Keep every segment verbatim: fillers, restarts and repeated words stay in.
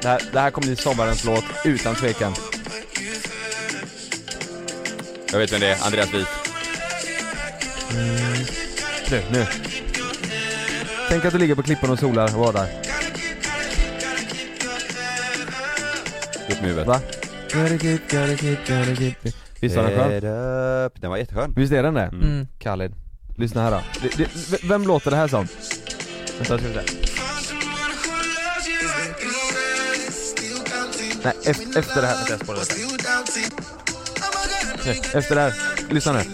Det här, det här kommer bli sommarens låt, utan tvekan. Jag vet vem det är, Andreas Wijk. Mm. Nu, nu. Tänk att du ligger på klippan och solar och var där. Upp med huvudet. Va? Visst var den skön? Den var jätteskön. Visst är den det? Mm. Khalid. Lyssna här då. Det, det, v- vem låter det här som? Vänta, ska vi se. Nej, efter, efter det här. Vänta, jag spårar lite. Nej, efter det här. Lyssna nu.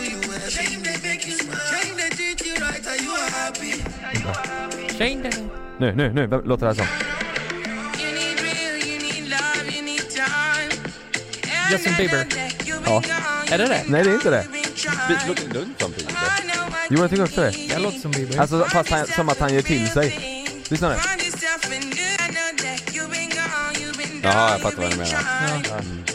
Nu, nu, nu. Vem låter det här som? Justin Bieber. Ja. Är det det? Nej, det är inte det. Det låter lugnt samtidigt. Jo, jag tycker också det. Det låter som Bieber. Alltså, fast han, som att han ger till sig. Lyssna nu. Jaha, jag fattar vad du menar. Ja. Mm.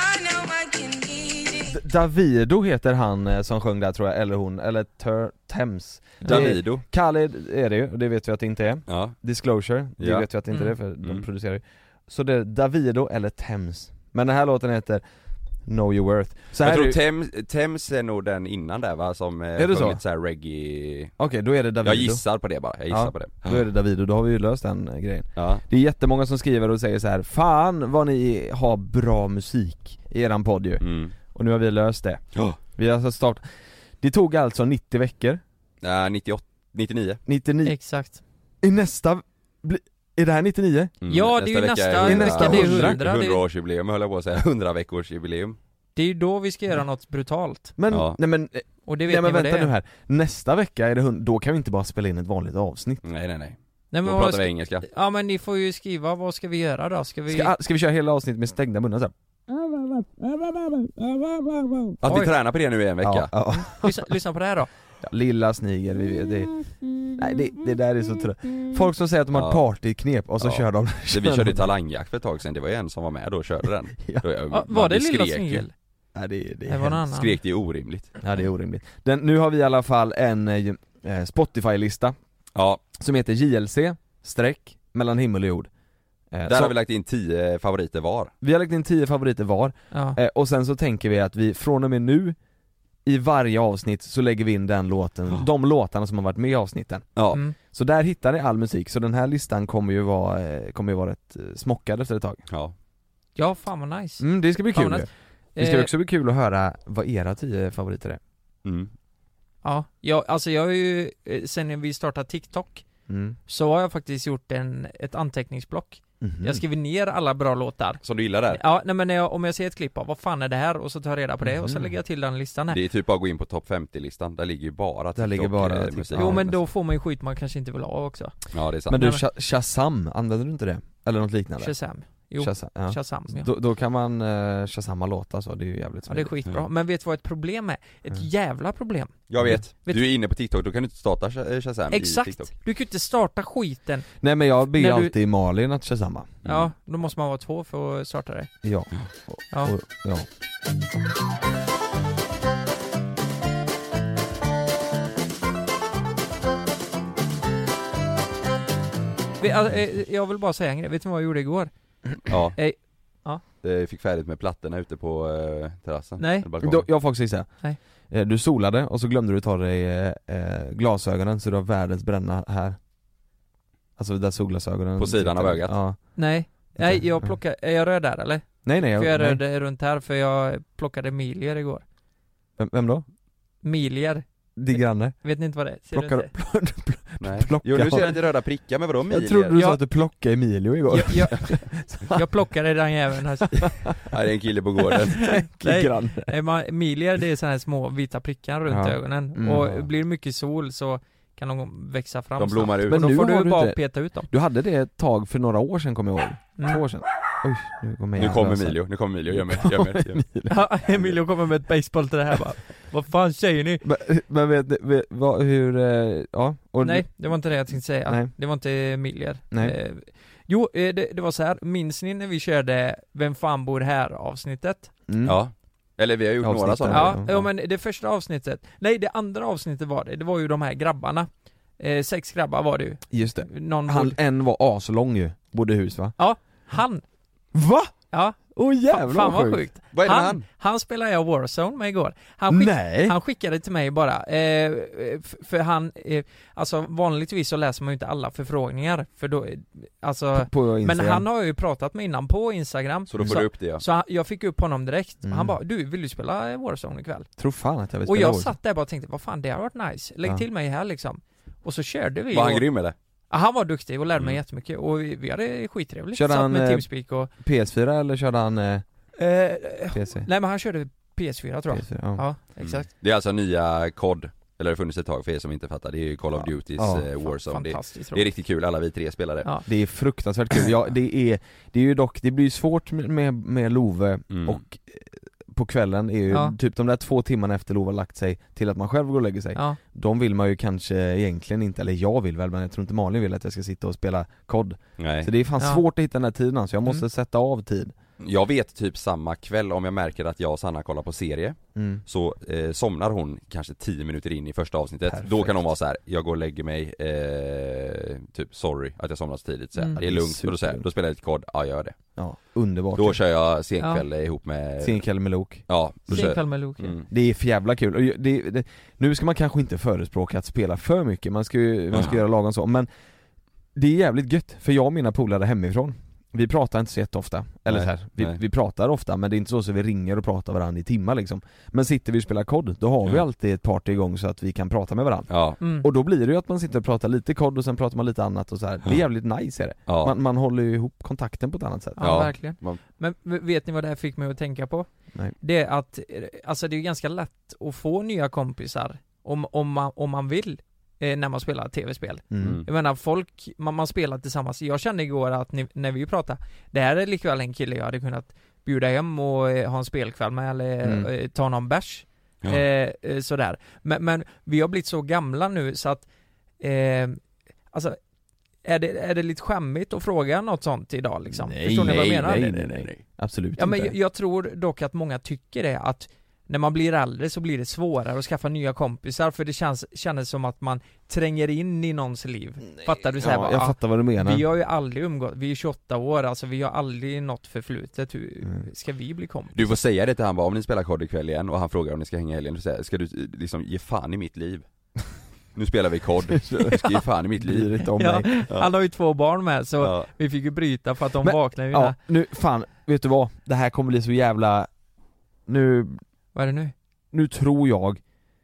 D- Davido heter han eh, som sjöng där, tror jag. Eller hon. Eller Ter- Thames. Davido. Khalid är det ju, och det vet vi att det inte är. Ja. Disclosure, det Ja. vet vi att det inte Mm. är, för de Mm. producerar ju. Så det är Davido eller Thames. Men den här låten heter Know Your Worth. Så här Jag tror är ju- Thames, Thames är nog den innan där, va? Som eh, Är det så? lite så här reggae. Okej, då är det Davido. Jag gissar på det bara, jag gissar Ja, på det. Då är det Davido, då har vi ju löst den eh, grejen. Ja. Det är jättemånga som skriver och säger så här: fan vad ni har bra musik i eran podd ju. Mm. Och nu har vi löst det. Oh. Vi har alltså start. Det tog alltså nittio veckor. Ja, nittioåtta, nittionio. nittionio. Exakt. I nästa bli, är det här nittionio? Mm. Ja, det är ju vecka nästa är nästa det är hundra. hundra. Det är, hundra-årsjubileum, höll jag på att säga. hundra-veckors-jubileum. det är ju då vi ska göra något brutalt. Men, Ja. nej men, Och det vet nej men ni vad vänta det är. nu här. Nästa vecka är det hund, då kan vi inte bara spela in ett vanligt avsnitt. Nej, nej, nej. Nej, men Då vad pratar ska, vi engelska. Ja, men ni får ju skriva, vad ska vi göra då? Ska vi... Ska, ska vi köra hela avsnittet med stängda munnar så här? Att vi Oj. tränar på det nu i en vecka. Ja, ja. lyssna, lyssna på det här då. Ja, lilla snigel, vi vet det. Nej, det, det där är så trött. Folk som säger att de har Ja. ett partyknep och så Ja. kör de. Så vi körde talangjakt för ett tag sedan, det var ju en som var med då och körde den. Ja. Då, jag- Ja, man var det skrek lilla ju. snigel? Nej, det, det, Det är var någon hemskt. annan. Skrek det är orimligt. Ja, det är orimligt. Den, nu har vi i alla fall en eh, Spotify-lista Ja, som heter J L C streck mellan himmel och jord. Eh, där så har vi lagt in tio favoriter var. vi har lagt in tio favoriter var. Ja. Eh, och sen så tänker vi att vi från och med nu i varje avsnitt så lägger vi in den låten, Oh. de låtarna som har varit med i avsnitten. Ja, Mm. Så där hittar ni all musik, så den här listan kommer ju vara, eh, kommer ju vara rätt eh, smockad efter ett tag. ja. Ja, fan vad nice. Mm, det ska bli Fan, kul. vad ju. nice. Det ska Eh, också bli kul att höra vad era tio favoriter är. Mm. Ja, jag, alltså jag har ju, eh, sen vi startade TikTok Mm. så har jag faktiskt gjort en, ett anteckningsblock. Mhm. Jag skriver ner alla bra låtar. Som du gillar där? Ja, nej men när jag, om jag ser ett klipp av vad fan är det här och så tar jag reda på det och så Mhm. lägger jag till den listan här. Det är typ bara att gå in på topp femtio-listan, där ligger ju bara TikTok, ligger bara eh, TikTok. musik. Jo Ja, men då får man ju skit man kanske inte vill ha också. Ja, det är sant. Men du, Nej, men- Sha- Shazam, använder du inte det? Eller något liknande? Shazam. Jo, Shazam, ja. Shazam ja. Då, då kan man uh, Shazama låta så, det är ju jävligt Ja, det är smidigt. skitbra. Mm. Men vet du vad ett problem är? Ett Mm. jävla problem. Jag vet, Vet- du är inne på TikTok, då kan du inte starta Sh- Shazam i Exakt. TikTok. Du kan ju inte starta skiten. Nej men jag ber ju När du- alltid Malin att Shazama. Ja, då måste man vara två för att starta det. Ja. Och, Ja. och, ja. Vi- alltså, eh, Jag vill bara säga en grej. Vet du vad jag gjorde igår? Ja. Eh, ja. Jag fick färdigt med plattorna ute på eh, terrassen. Nej. Eller balkongen. Då, jag får också säga. Nej. Eh, Du solade och så glömde du ta dig eh, eh, glasögonen så du har världens bränna här. Alltså där solglasögonen På sidan av ögat. Ja. Nej. Nej, jag plockade... Är jag röd där eller? Nej nej, För jag nej. röd runt här för jag plockade milier igår. Vem, vem då? Milier. Din granne? Vet ni inte vad det är? Ser Plockar du du? inte? Nej. Plocka. Jo, nu ser jag lite röda prickar, men vadå milier? Jag trodde du Ja. sa att du plockade Emilio igår. Jag, jag, jag plockade den jäveln här. Ja, det är en kille på gården. Nej. Granne. Eh, ma- Milier det är såna här små vita prickar runt Ja. ögonen. Mm. Och blir det mycket sol så kan de växa fram De blommar snabbt. ut. Men Men då nu får har du du bara inte- peta ut dem. Du hade det ett tag för några år sedan kommer jag ihåg. Mm. Två år sedan. Oj, nu kommer Nu jag kommer lösa. Emilio, nu kommer Emilio, gör mig, gör mig, gör mig. Ja, Emilio kommer med ett baseball till det här bara. Vad fan säger ni? Men, men vet, vet vad, hur, eh, ja och Nej, det var inte det jag tänkte säga. Nej. Det var inte Milier. Nej. Eh, jo, eh, det, det var så här. Minns ni när vi körde Vem fan bor här avsnittet? Mm. Ja. Eller vi har gjort Avsnitt några där. sådana. Ja, ja. ja, men det första avsnittet. Nej, det andra avsnittet var det. Det var ju de här grabbarna. Eh, sex grabbar var det ju. Just det. Någon Han, bodde- en var aslång ju, bodde i hus va? Ja, Han, Va? ja, Åh jävlar fan vad vad sjukt. sjukt. Vad är det med Han, han? han spelar jag Warzone med igår. Han, skick, Nej. han skickade till mig bara, eh, f- för han, eh, alltså vanligtvis så läser man ju inte alla förfrågningar, för då, eh, alltså, På men Instagram. han har ju pratat med innan på Instagram. Så då får du upp det ja. Så han, jag fick upp honom direkt. Mm. Han bara, du vill du spela Warzone ikväll? Tror fan att jag vill Och spela jag Warzone. satt där bara och tänkte, vad fan det har varit nice. Lägg Ja. till mig här liksom. Och så körde vi. Var han och, grym eller? Ja, han var duktig och lärde mig Mm. jättemycket. Och vi, vi hade skittrevligt. Körde Satt han, med eh, Teamspeak och... P S fyra eller körde han eh, Eh, P C? nej men han körde P S fyra tror P jag. S fyra, ja. Ja, exakt. Mm. Det är alltså nya C O D, eller det har funnits ett tag för er som inte fattar. Det är ju Call of Ja. Duty's Ja. eh, Warzone. Det, Fantastiskt det är riktigt kul, alla vi tre spelare. Ja. Det är fruktansvärt kul. Ja, det är, det är ju dock, det blir ju svårt med, med, med Love Mm. och eh, på kvällen är ju Ja. typ de där två timmarna efter Love har lagt sig till att man själv går och lägger sig. Ja. De vill man ju kanske egentligen inte, eller jag vill väl, men jag tror inte Malin vill att jag ska sitta och spela C O D. Nej. Så det är fan Ja. svårt att hitta den här tiden alltså. Jag måste Mm. sätta av tid. Jag vet typ samma kväll om jag märker att jag och Sanna kollar på serie, Mm. så eh, somnar hon kanske tio minuter in i första avsnittet. Perfekt. Då kan hon vara så här: jag går och lägger mig, eh, typ sorry att jag somnat så tidigt, så här, Mm. det är lugnt. Och då säger jag, Superlugnt. då spelar jag lite kod, ja gör det. Ja, underbart. Då kör jag senkväll ihop med Senkväll med Lok. Ja, då kör Senkväll med Loke. mm. Det är för jävla kul. Och det, det, nu ska man kanske inte förespråka att spela för mycket, man ska ju man ska Ja. göra lagom så, men det är jävligt gött, för jag och mina polare hemifrån, vi pratar inte så jätteofta, eller Nej, så här, vi, nej. vi pratar ofta, men det är inte så så vi ringer och pratar varandra i timmar liksom. Men sitter vi och spelar kod, då har vi Ja. alltid ett party igång så att vi kan prata med varandra. Ja, Mm. Och då blir det ju att man sitter och pratar lite kod och sen pratar man lite annat och så här. Det är Ja. jävligt nice är det. ja. Man, man håller ju ihop kontakten på ett annat sätt. Ja, Ja. verkligen. Man- Men v- vet ni vad det här fick mig att tänka på? Nej. Det är att, eh, alltså det är ganska lätt att få nya kompisar om, om, man, om man vill, eh, när man spelar tv-spel. Mm. Mm. Jag menar, folk, man, man spelar tillsammans. Jag kände igår att ni, när vi pratade, det här är likväl en kille jag hade kunnat bjuda hem och eh, ha en spelkväll med, eller Mm. eh, ta någon bärs. Ja. Eh, eh, sådär. Men, men vi har blivit så gamla nu så att, eh, alltså, är det, är det lite skämmigt att fråga något sånt idag liksom? Nej, Förstår ni vad jag nej, menar? nej, nej, nej. Absolut Ja, men inte. jag, jag tror dock att många tycker det, att när man blir äldre så blir det svårare att skaffa nya kompisar, för det känns, känns som att man tränger in i någons liv. Fattar du? Så här, Ja, bara, jag ah, fattar vad du menar. vi har ju aldrig umgått, vi är tjugoåtta år, alltså vi har aldrig något förflutet. Hur Mm. ska vi bli kompisar? Du får säga det till han bara, om ni spelar kod ikväll igen och han frågar om ni ska hänga i helgen, så säger, ska du eh, liksom ge fan i mitt liv? Nu spelar vi kod, du ska ge fan i mitt Bryr liv. dig inte om Ja, mig. han har ju två barn med, så Ja. vi fick ju bryta för att de Men- vaknade ju Ja, där. nu, fan, vet du vad? Det här kommer bli så jävla... Nu, Vad är det nu? nu tror jag...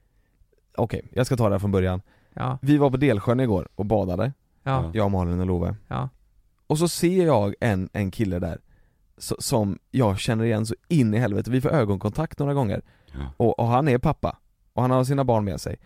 Okej, jag ska ta det här från början. Ja, Vi var på Delsjön igår och badade, ja, jag, Malin och Love. ja. Och så ser jag en, en kille där så, som jag känner igen så in i helvete. Vi får ögonkontakt några gånger. Ja. Och, och han är pappa. Och han har sina barn med sig.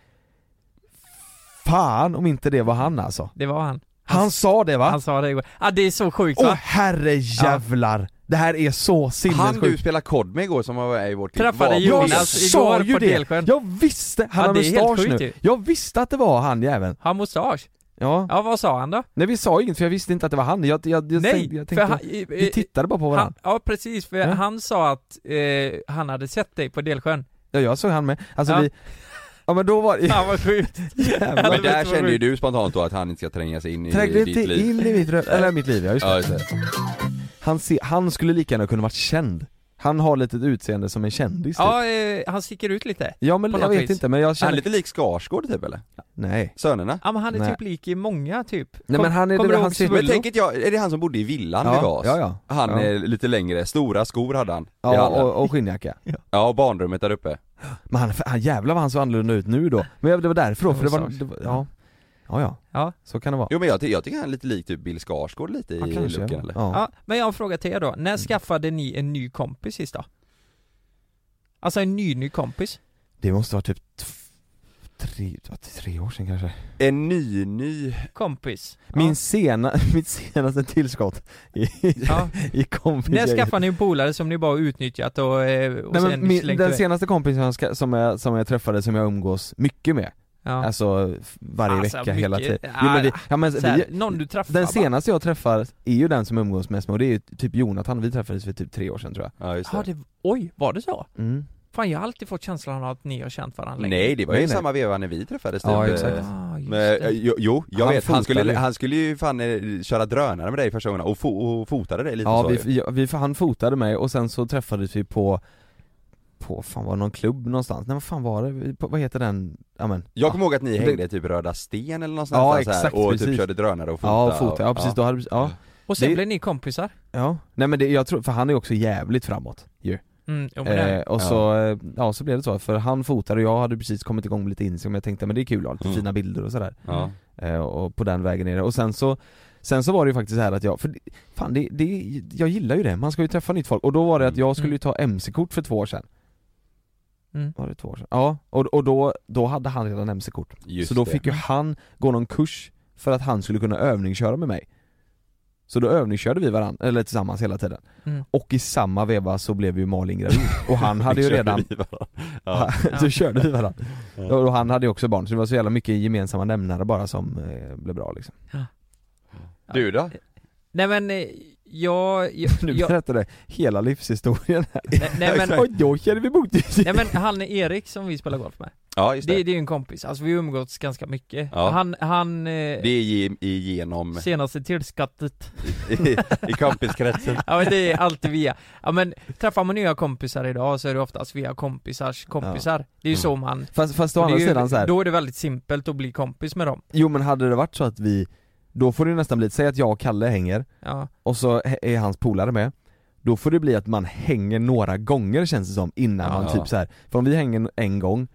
Fan om inte det var han alltså. Det var han. Han sa det va? Han sa det igår. Ja, ah, det är så sjukt Åh va? herre jävlar. Det här är så Han du sinnessjukt. spelar kod med igår som var med i vårt Träffade var- Jonas Jag igår sa ju på det! Delsjön. Jag visste! Han Ja, har det är helt mustasch sjukt nu. ju. Jag visste att det var han jäveln. Han mustasch. Ja. Ja, vad sa han då? Nej vi sa inget för jag visste inte att det var han. Jag, jag, jag, Nej, tänkte, jag för tänkte, han, vi tittade bara på han, varandra. ja precis, för Ja. han sa att eh, han hade sett dig på Delsjön. Ja, jag såg han med. Alltså Ja. vi... Ja men då var det... Ja, vad sjukt. Jävlar. Ja, Men det där vet vad kände ju sjukt. du spontant då att han inte ska tränga sig in i Trängde ditt inte liv. in i mitt röv, eller mitt liv, ja just det. Ja, just det. Han, se, han skulle lika gärna kunna varit känd. Han har lite ett utseende som en kändis typ. Ja, eh, han sticker ut lite. Ja men på jag något vet vis. inte men jag Är han känner... lite lik Skarsgård typ eller? Nej. Sönerna? Ja, men han är Nej. typ lik i många typ. Nej, men han är- kommer det- du han ihåg ser- Men Svullo? tänk att jag, är det han som bodde i villan Ja, vid Vas? ja, ja. Han Ja. är lite längre, stora skor hade han i Ja, hallen. och, och skinnjacka. Ja, och barnrummet där uppe. Men han, han jävlar vad han så annorlunda ut nu då. Men det var därför då, för det var, Mustasch. det var ja. Ja ja, Ja. så kan det vara. Jo men jag, ty- jag tycker han är lite lik typ Bill Skarsgård lite Ja, i kanske. looken eller? Ja. Ja, men jag har en fråga till er då. När skaffade ni en ny kompis sist då? Alltså en ny ny kompis? Det måste vara typ t- tre, ja, tre år sedan kanske. En ny, ny... Kompis. Min Ja. sena, mitt senaste tillskott i, Ja. i kompis. När skaffade ni en polare som ni bara utnyttjat och, eh, och Nej, sen men min, slängt den iväg? senaste kompisen jag ska, som, jag, som jag träffade, som jag umgås mycket med, Ja. alltså f- varje Alltså, vecka hela mycket- tiden. Ja, Jo, men vi, ja, men Så här, vi, någon du träffar den bara. senaste jag träffar är ju den som umgås mest med, och det är ju typ Jonathan. Vi träffades för typ tre år sedan tror jag. Ja just det. Ja, det, oj, var det så? Mm. Fan, jag har alltid fått känslan av att ni har känt varandra länge. Nej, det var ju Nej, nej. samma veva när vi träffades. Ja, typ. exakt. Ah, just Men, det. eh, jo, jo, jag Han vet, han skulle, fotade. han skulle ju fan eh, köra drönare med dig första gången och, fo- och fotade dig lite Ja, så vi, ju. vi, vi, han fotade mig och sen så träffades vi på På, fan var det någon klubb någonstans? Nej vad fan var det? Vi- På, vad heter den? Ja, men, Jag ja. kommer ihåg att ni Det- hängde typ Röda Sten eller något sånt Ja, där, så här, exakt, och precis. typ körde drönare och fotade. Ja, och fota, ja precis, då hade, ja, Och sen det- blev ni kompisar. ja. Nej men det, jag tror, för han är också jävligt framåt ju. Mm, jo, men det- Eh, och så, eh, ja så blev det så, för han fotade och jag hade precis kommit igång med lite Instagram, jag tänkte men det är kul att ha lite Mm. fina bilder och sådär. Ja. Eh, och på den vägen är det. Och sen så Sen så var det ju faktiskt så här att jag, för det- fan det, det, jag gillar ju det, man ska ju träffa nytt folk. Och då var det att jag skulle ju ta M C-kort för två år sedan. Mm. Var det två år sedan? Ja, och, och då, då hade han redan M C-kort. Just Så då det. fick ju han gå någon kurs för att han skulle kunna övningsköra med mig. Så då övningskörde vi varandra, eller tillsammans hela tiden. Mm. Och i samma veva så blev ju Malin gravid. Och han hade ju Körde redan, vi bara. Ja. så körde vi varandra. Ja. Och han hade ju också barn, så det var så jävla mycket gemensamma nämnare bara som eh, blev bra liksom. Du då? Nej men, eh, jag... jag, Nu jag berättade hela livshistorien här. nej, nej, men, Och då känner vi bort nej men han är Erik som vi spelar golf med. Ja just det. Det, det är ju en kompis, alltså vi har umgåtts ganska mycket. Ja. Han, han... Eh, Det är ge- igenom senaste tillskattet. i, i kompiskretsen. Ja men det är alltid via, ja men träffar man nya kompisar idag så är det oftast via kompisars kompisar. Det är ju Mm. så man... Fast, fast å det är andra ju, sidan så här. Då är det väldigt simpelt att bli kompis med dem. Jo men hade det varit så att vi, då får det nästan bli, säg att jag och Kalle hänger Ja. och så är hans polare med. Då får det bli att man hänger några gånger känns det som innan Ja. man typ så här. För om vi hänger en gång,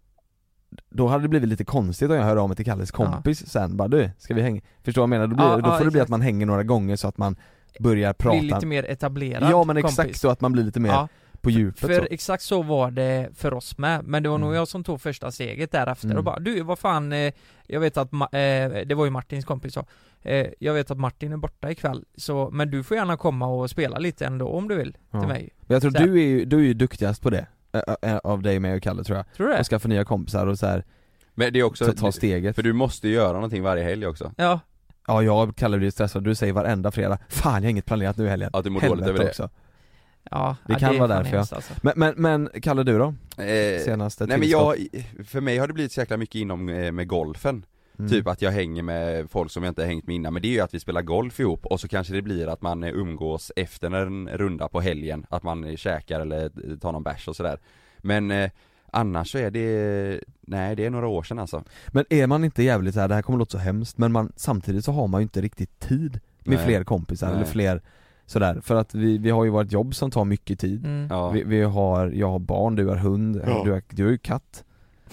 då hade det blivit lite konstigt om jag hör av mig till Kalles kompis sen bara du, ska vi hänga? Förstår du vad jag menar? Då, blir, Ja, då ja, får det bli exakt. att man hänger några gånger så att man börjar prata. Bli lite mer etablerad Ja men kompis. exakt, så att man blir lite mer Ja. på djupet För så. exakt så var det för oss med, men det var nog Mm. jag som tog första steget därefter Mm. och bara du vad fan, eh, jag vet att, Ma- eh, det var ju Martins kompis så, eh, jag vet att Martin är borta ikväll, så, men du får gärna komma och spela lite ändå om du vill, Ja. till mig. Men jag tror Så här. du är ju, du är ju duktigast på det, ä- ä- av dig med och Kalle tror jag. Tror du det? Och skaffa nya kompisar och så här, Men det är också, ta, ta steget. för du måste göra någonting varje helg också. Ja, Ja jag och Kalle blir stressad, du säger varenda fredag, fan jag har inget planerat nu i helgen. Att du mår dåligt Helvete över det. också. ja Det ja, kan är vara fan därför, hemskt, alltså. Men, men, men Kalle du då? Eh, Senaste nej men tillskott. jag, för mig har det blivit så jäkla mycket inom eh, med golfen. Mm. Typ att jag hänger med folk som jag inte har hängt med innan, men det är ju att vi spelar golf ihop och så kanske det blir att man eh, umgås efter en runda på helgen, att man eh, käkar eller eh, tar någon bärs och sådär. Men eh, annars så är det, nej det är några år sedan alltså. Men är man inte jävligt så här, det här kommer låta så hemskt, men man, samtidigt så har man ju inte riktigt tid med Nej. fler kompisar Nej. eller fler sådär, för att vi, vi har ju vårt jobb som tar mycket tid. Mm. Ja. Vi, vi har, jag har barn, du har hund, Ja. du, har, du har ju katt.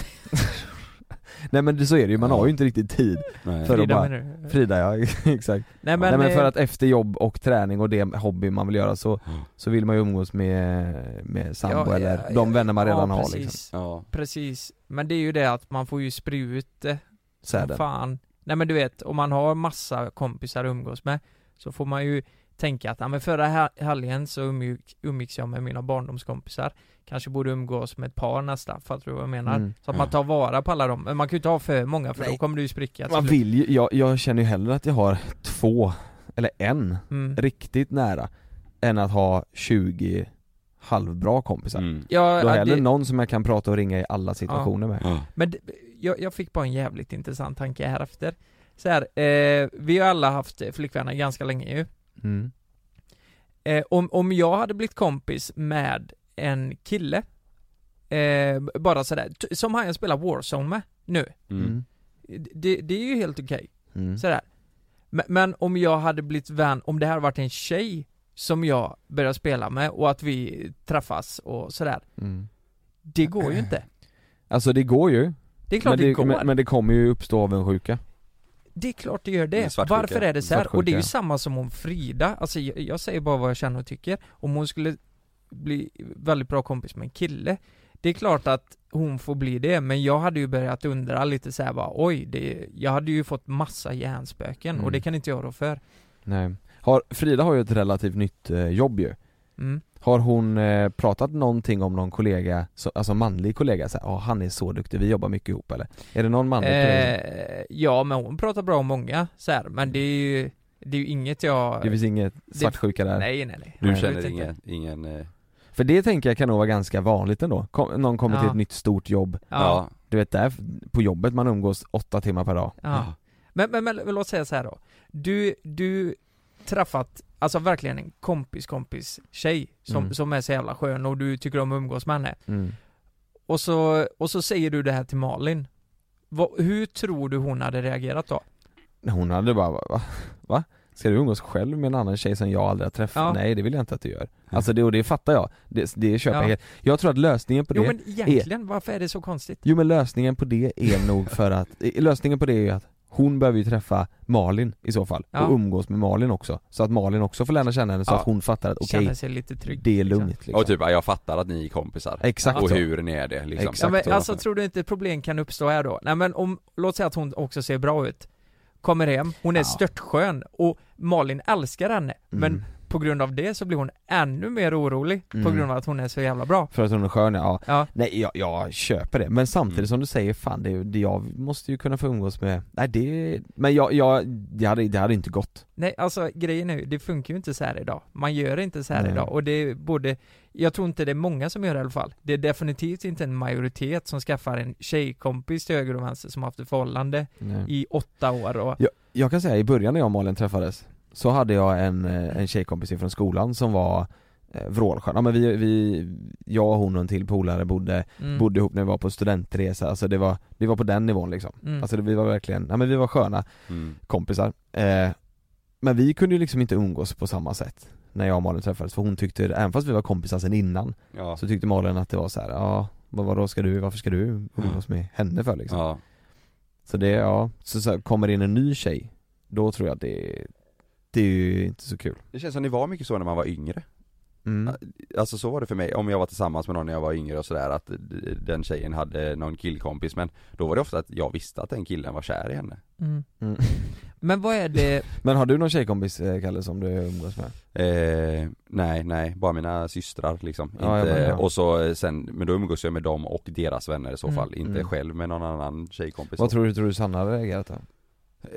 Nej men det, så är det ju, man Ja. har ju inte riktigt tid Nej. för att Frida, bara, menar du? Frida ja, exakt. Nej men, Nej men för eh, att efter jobb och träning och det hobby man vill göra så, Ja. så vill man ju umgås med, med sambo Ja, eller ja, de ja, vänner man redan ja, har precis, liksom. Ja. Precis, men det är ju det att man får ju sprida ut det. Säden. Fan. Nej men du vet, om man har massa kompisar att umgås med så får man ju tänka att ja, men förra hel- helgen så umgick, umgicks jag med mina barndomskompisar. Kanske borde umgås med ett par nästa, fattar du vad jag menar? Mm. Så att man tar vara på alla dem. Men man kan ju inte ha för många för Nej. då kommer du ju spricka. Man vill ju, jag, jag känner ju hellre att jag har två, eller en, Mm. riktigt nära än att ha tjugo halvbra kompisar. Mm. Ja, Då ja, hellre det, någon som jag kan prata och ringa i alla situationer med. Ja. men det, jag, jag fick bara en jävligt intressant tanke här efter. Så här, eh, vi har alla haft flickvänner ganska länge ju. Mm. Eh, om, om jag hade blivit kompis med en kille, eh, bara sådär, t- som han jag spelar Warzone med nu, Mm. det, det är ju helt okej, Mm. sådär. Men, men om jag hade blivit vän, om det här varit en tjej som jag började spela med och att vi träffas och sådär, Mm. det går ju inte. Alltså det går ju, Det är klart men det, det, går. men, men det kommer ju uppstå avundsjuka. Det är klart det gör Det är det. svartsjuka. Varför är det så här? Och det är ju Svartsjuka. samma som om Frida, alltså jag, jag säger bara vad jag känner och tycker. Om hon skulle bli väldigt bra kompis med en kille, det är klart att hon får bli det, men jag hade ju börjat undra lite så här bara, oj, det, jag hade ju fått massa hjärnspöken Mm. och det kan inte jag rå för. Nej. Har, Frida har ju ett relativt nytt eh, jobb ju. Mm. Har hon eh, pratat någonting om någon kollega, så, alltså manlig kollega, så här, oh, han är så duktig, vi jobbar mycket ihop eller? Är det någon manlig kollega? Eh, ja, men hon pratar bra om många så här, men det är ju, det är ju inget jag... Det finns inget svartsjuka där? Nej, nej, nej. Du Jag känner vet inte. ingen, ingen eh, För det tänker jag kan nog vara ganska vanligt ändå. Kom, någon kommer Ja. till ett nytt stort jobb. Ja. Ja. Du vet där på jobbet man umgås åtta timmar per dag. Ja. Men, men, men låt säga så här då. Du, du träffat, alltså verkligen en kompis kompis tjej som, Mm. som är så jävla skön och du tycker om att umgås med henne. Mm. Och så, och så säger du det här till Malin. Va, hur tror du hon hade reagerat då? Hon hade bara, va? va? Ska du umgås själv med en annan tjej som jag aldrig har träffat? Ja. Nej, det vill jag inte att du gör. Alltså det, och det fattar jag. Det, det köper Ja. jag helt. Jag tror att lösningen på det Jo men egentligen, varför är det så konstigt? Jo men lösningen på det är nog för att lösningen på det är ju att hon behöver ju träffa Malin i så fall Ja. och umgås med Malin också. Så att Malin också får lära känna henne så Ja. att hon fattar att okej, Känner sig lite trygg. det är liksom. lugnt liksom. Och typ, ja, jag fattar att ni är kompisar. Exakt Och så. hur ni är det liksom. Exakt. Ja, men, så. alltså tror du inte problem kan uppstå här då? Nej men om, låt säga att hon också ser bra ut. Kommer hem, hon är Ja. störtskön och Malin älskar henne. Men Mm. på grund av det så blir hon ännu mer orolig på Mm. grund av att hon är så jävla bra. För att hon är skön, ja. Ja. Nej jag, jag köper det, men samtidigt Mm. som du säger, fan det, det, jag måste ju kunna få umgås med, nej det, men jag, jag det, hade, det hade inte gått. Nej, alltså grejen är ju, det funkar ju inte så här idag. Man gör inte så här Nej. idag och det är både, jag tror inte det är många som gör det i alla fall. Det är definitivt inte en majoritet som skaffar en tjejkompis till höger och vänster som har haft ett förhållande Nej. i åtta år och Jag, jag kan säga i början när jag och Malin träffades så hade jag en, eh, en tjejkompis från skolan som var eh, vrålskön. Ja men vi, vi, jag och hon och en till polare bodde, mm. bodde ihop när vi var på studentresa, alltså det var, det var på den nivån liksom. Mm. Alltså det, vi var verkligen, ja men vi var sköna Mm. kompisar. Eh, men vi kunde ju liksom inte umgås på samma sätt när jag och Malin träffades, för hon tyckte, även fast vi var kompisar sen innan, Ja. så tyckte Malin att det var så här: ja vad, vadå ska du, varför ska du umgås med henne för liksom? Ja. Så det, ja, så, så kommer in en ny tjej, då tror jag att det, det är ju inte så kul. Det känns som ni var mycket så när man var yngre. Mm. Alltså så var det för mig, om jag var tillsammans med någon när jag var yngre och sådär, att den tjejen hade någon killkompis, men då var det ofta att jag visste att den killen var kär i henne. Mm. Mm. Men vad är det, Men har du någon tjejkompis, eh, Kalle, som du umgås med? Eh, nej, nej, bara mina systrar liksom. Ja, inte, jag bara, ja. Och så sen, men då umgås jag med dem och deras vänner i så Mm. fall, inte Mm. själv med någon annan tjejkompis. Vad tror du, tror du Sanna hade reagerat då? Eh,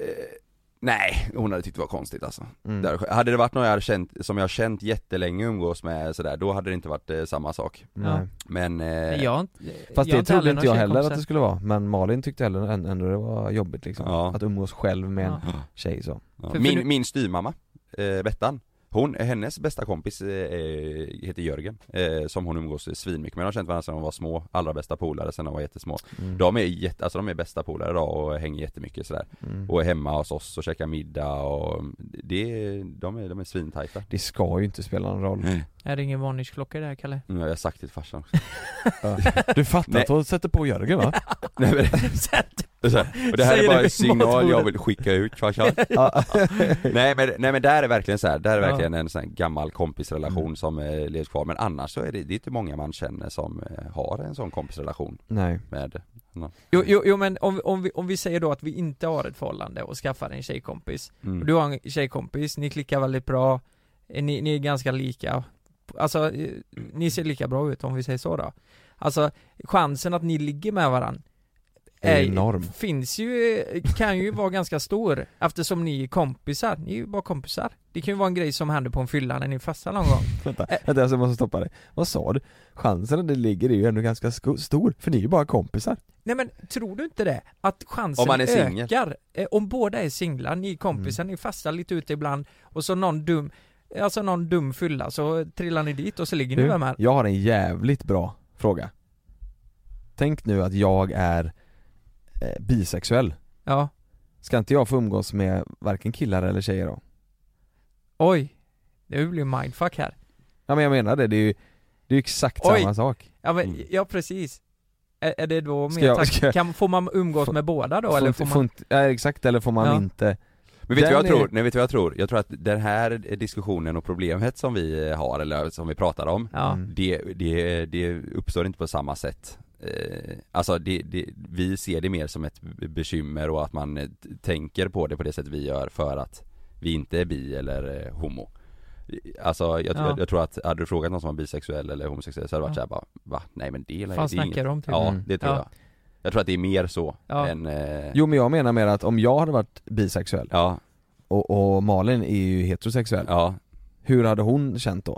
nej, hon hade tyckt det var konstigt alltså. Mm. Där, hade det varit någon jag hade känt, som jag har känt jättelänge umgås med sådär, då hade det inte varit eh, samma sak. Nej. Men, eh, jag har inte, Fast jag har det trodde heller inte jag någon heller att tjejkompisar. det skulle vara, men Malin tyckte heller än- ändå det var jobbigt liksom, Ja. att umgås själv med en Ja. tjej så. ja. För- för min, du- min styrmamma, eh, Bettan, hon, hennes bästa kompis eh, heter Jörgen, eh, som hon umgås svinmycket med. De har känt varandra sedan de var små, allra bästa polare sedan de var jättesmå. Mm. De är jätte, alltså de är bästa polare idag och hänger jättemycket sådär. Mm. Och är hemma hos oss och käkar middag och det, de är, de är svintajta. Det ska ju inte spela någon roll. Är det ingen varningsklocka där, Kalle? Nu har jag sagt det till farsan också. Ja. Du fattar Nej. att hon sätter på Jörgen va? Nej, men, Sätt! så här, och det här Säger är bara det en vid signal matbordet. jag vill skicka ut farsan. Ja. nej, men, nej men där är verkligen så här, där är Ja. verkligen en sån här gammal kompisrelation Mm. som eh, levs kvar. Men annars så är det, det är inte många man känner som eh, har en sån kompisrelation Nej. med no. Jo, jo, jo men om, om, vi, om vi säger då att vi inte har ett förhållande och skaffar en tjejkompis. mm. Och du har en tjejkompis, ni klickar väldigt bra, eh, ni, ni är ganska lika. Alltså, eh, ni ser lika bra ut om vi säger så då. Alltså, chansen att ni ligger med varandra Är enorm. finns ju, kan ju vara ganska stor eftersom ni är kompisar, ni är ju bara kompisar. Det kan ju vara en grej som händer på en fylla när ni festar någon gång. Vänta, vänta jag måste stoppa dig. Vad sa du? Chansen att det ligger är ju ändå ganska sko- stor, för ni är ju bara kompisar. Nej men, tror du inte det? Att chansen Om man är singel. ökar, eh, om båda är singlar, ni är kompisar, Mm. ni festar lite ute ibland och så någon dum, alltså någon dum fylla, så trillar ni dit och så ligger ni Du, med här. jag har en jävligt bra fråga. Tänk nu att jag är eh, bisexuell. Ja, Ska inte jag få umgås med varken killar eller tjejer då? oj, det blir mindfuck här. Ja men jag menar det, det är ju, det är ju exakt Oj. samma sak. Ja men, Mm. ja precis. Är, är det då Ska mer jag- tack, ska jag- kan, får man umgås Får- med båda då Får eller inte- får får man? inte, ja, exakt, eller får man Ja. inte? Men vet du vad jag Den är- tror? Nej, vet du vad jag tror? Jag tror att den här diskussionen och problemet som vi har, eller som vi pratar om, Ja, Mm. det, det, det uppstår inte på samma sätt. Eh, alltså det, det, vi ser det mer som ett bekymmer och att man eh, tänker på det på det sätt vi gör för att vi inte är bi eller eh, homo. Alltså jag, Ja. jag, jag tror att hade du frågat någon som var bisexuell eller homosexuell så hade det varit Ja. såhär bara, va? Nej men det är vad det är snackar inget. du om typ? Ja, Mm. det tror Ja. jag. Jag tror att det är mer så Ja. än eh, Jo men jag menar mer att om jag hade varit bisexuell ja, och, och Malin är ju heterosexuell, ja. hur hade hon känt då?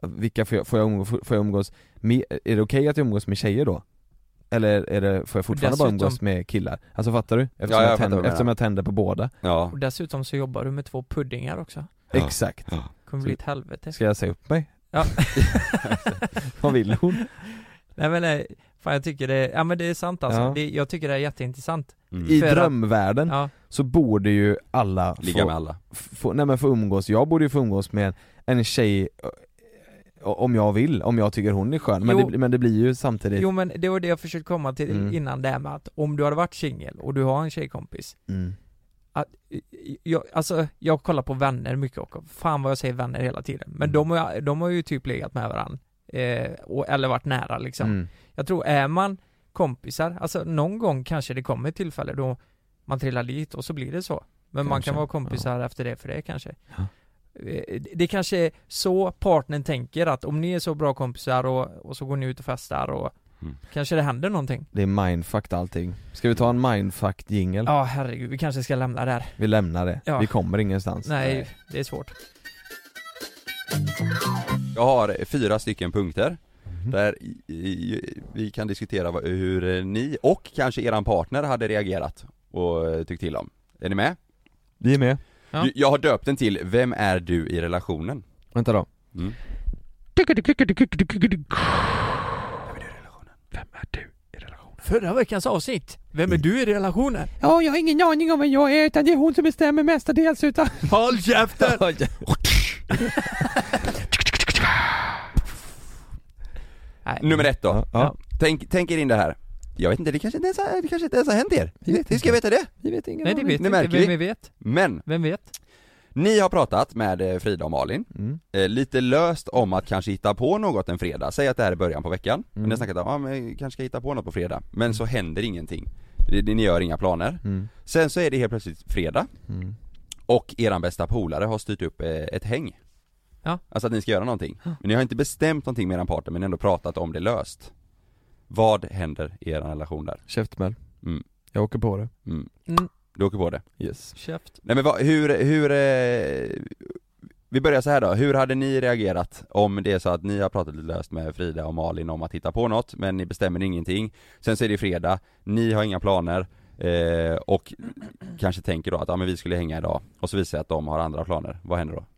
vilka får jag, får jag, umgås, får jag umgås med, är det okej okay att jag umgås med tjejer då? Eller är det, får jag fortfarande dessutom, bara umgås med killar? Alltså fattar du? Eftersom, ja, jag, jag, tänder, fattar eftersom jag tänder på båda. Ja. Och dessutom så jobbar du med två puddingar också. Ja. Exakt. Ja. Kommer bli ett helvete. Ska jag säga upp mig? Ja. Vad vill hon? Nej men nej, fan jag tycker det, ja men det är sant alltså. Ja. Det, jag tycker det är jätteintressant. Mm. I För att- drömvärlden Ja. så borde ju alla Ligga få, med alla. få, nej men få umgås, jag borde ju få umgås med en tjej ö, om jag vill, om jag tycker hon är skön, men Jo. det, men det blir ju samtidigt Jo men det var det jag försökte komma till Mm. innan det här med att om du hade varit singel och du har en tjejkompis mm. att, jag, alltså jag kollar på vänner mycket och fan vad jag säger vänner hela tiden. Men Mm. de, har, de har ju typ legat med varandra eh, och, eller varit nära liksom. Mm. Jag tror är man kompisar, alltså någon gång kanske det kommer ett tillfälle då man trillar dit och så blir det så. Men man Kanske, kan vara kompisar efter det för det kanske. Ja. Eh, Det kanske är så partnern tänker att om ni är så bra kompisar och, och så går ni ut och festar och Mm. kanske det händer någonting. Det är mindfucked allting. Ska vi ta en mindfucked jingle? Ja herregud, vi kanske ska lämna där. Vi lämnar det, Ja. vi kommer ingenstans. Nej, det är svårt. Jag har fyra stycken punkter Mhm. där i, i, vi kan diskutera vad- hur ni och kanske eran partner hade reagerat och tyckt till om. Är ni med? Vi är med. Ja. Jag har döpt den till Vem är du i relationen? Vänta då. Mm. Vem är du i relationen? Förra veckans avsnitt. Vem är du i relationen? Ja, jag har ingen aning om vem jag är, utan det är hon som bestämmer mestadels utan... Håll käften! Nej. Nummer ett då. Ja, ja. Tänk, tänk er in det här. Jag vet inte, det kanske inte ens, har- det kanske inte ens har hänt er. Vi vet Hur ska jag veta det? Vi vet ingen Nej det aning. vet Det inte, märker vem vi. vi vet? Men, Vem vet? ni har pratat med eh, Frida och Malin Mm. eh, lite löst om att kanske hitta på något en fredag. Säg att det här är början på veckan. Mm. Men ni har snackat om, ja men jag kanske ska hitta på något på fredag. Men så händer ingenting. Det, det, ni gör inga planer. Mm. Sen så är det helt plötsligt fredag. Mm. Och eran bästa polare har styrt upp eh, ett häng. Ja. Alltså att ni ska göra någonting. Men ni har inte bestämt någonting med eran partner, men ändå pratat om det löst. Vad händer i er relation där? Käftsmäll. Mm. Jag åker på det. Mm. Mm, Du åker på det. Yes. käft. Nej men vad, hur, hur eh, vi börjar så här då, hur hade ni reagerat om det är så att ni har pratat lite löst med Frida och Malin om att hitta på något, men ni bestämmer ingenting. Sen så är det fredag, ni har inga planer eh, och kanske tänker då att ja men vi skulle hänga idag, och så visar det sig att de har andra planer. Vad händer då?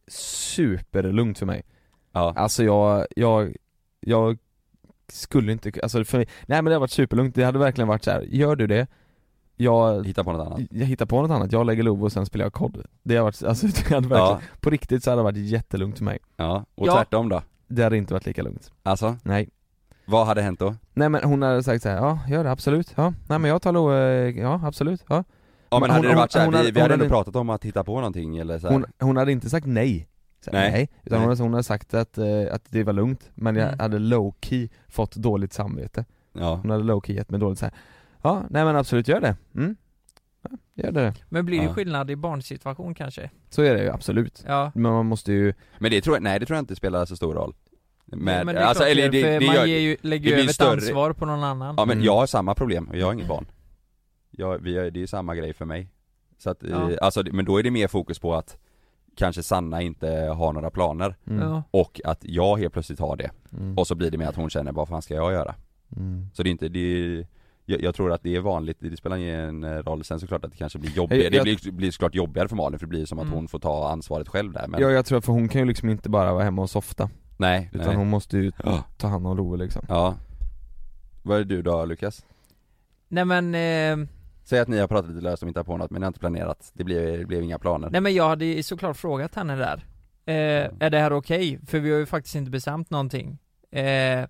Superlugnt för mig. Ja, Alltså jag, jag, jag skulle inte, alltså för mig, nej men det har varit superlugnt. Det hade verkligen varit så här: gör du det, jag, hitta på något annat. jag hittar på något annat, jag lägger lov och sen spelar jag kod. Det har varit, alltså det hade verkligen, Ja, på riktigt så hade det varit jättelugnt för mig. ja. Och Ja. tvärtom då? Det hade inte varit lika lugnt. Alltså, Nej. vad hade hänt då? Nej men hon hade sagt så här: ja gör det absolut, ja, nej men jag tar lov, eh, ja absolut, ja. Ja men Men hade hon- det varit så här, hon vi, hade- vi hade hon ändå hade- pratat om att hitta på någonting eller så här. Hon, hon hade inte sagt nej. Så, här, Nej. nej. Utan Nej. Hon, hade, hon hade sagt att, eh, att det var lugnt, men jag Mm. hade low key fått dåligt samvete. Ja. Hon hade low key gett mig dåligt så här. Ja, nej men absolut, gör det. Mm. Ja, gör det. Men blir det Ja. skillnad i barnsituation kanske? Så är det ju absolut. Ja. Men man måste ju, Men det tror jag, nej det tror jag inte spelar så stor roll. Men, men det är alltså, klart eller det, det, för det man gör, ger ju, lägger det ju blir över ett större- ansvar på någon annan. ja men Mm. jag har samma problem och jag har inget barn. Jag, vi, har- det är ju samma grej för mig. Så att, Ja. eh, alltså, men då är det mer fokus på att kanske Sanna inte har några planer mm. Ja. och att jag helt plötsligt har det. Mm. Och så blir det med att hon känner, vad fan ska jag göra? Mm. Så det är inte, det är, jag, jag tror att det är vanligt, det spelar ingen roll. Sen såklart att det kanske blir jobbigare, Jag- det jag- blir, blir såklart jobbigare för Malin för det blir som att Mm. hon får ta ansvaret själv där men Ja, jag tror att för hon kan ju liksom inte bara vara hemma och softa, nej, utan nej. hon måste ju Ja. ta hand om Roe liksom. Ja. Vad är du då Lukas? Nej men, eh, Säg att ni har pratat lite löst om inte på något men ni har inte planerat, det blev, det blev inga planer. nej men jag hade ju såklart frågat henne där. Eh, är det här okej? För vi har ju faktiskt inte bestämt någonting. Eh,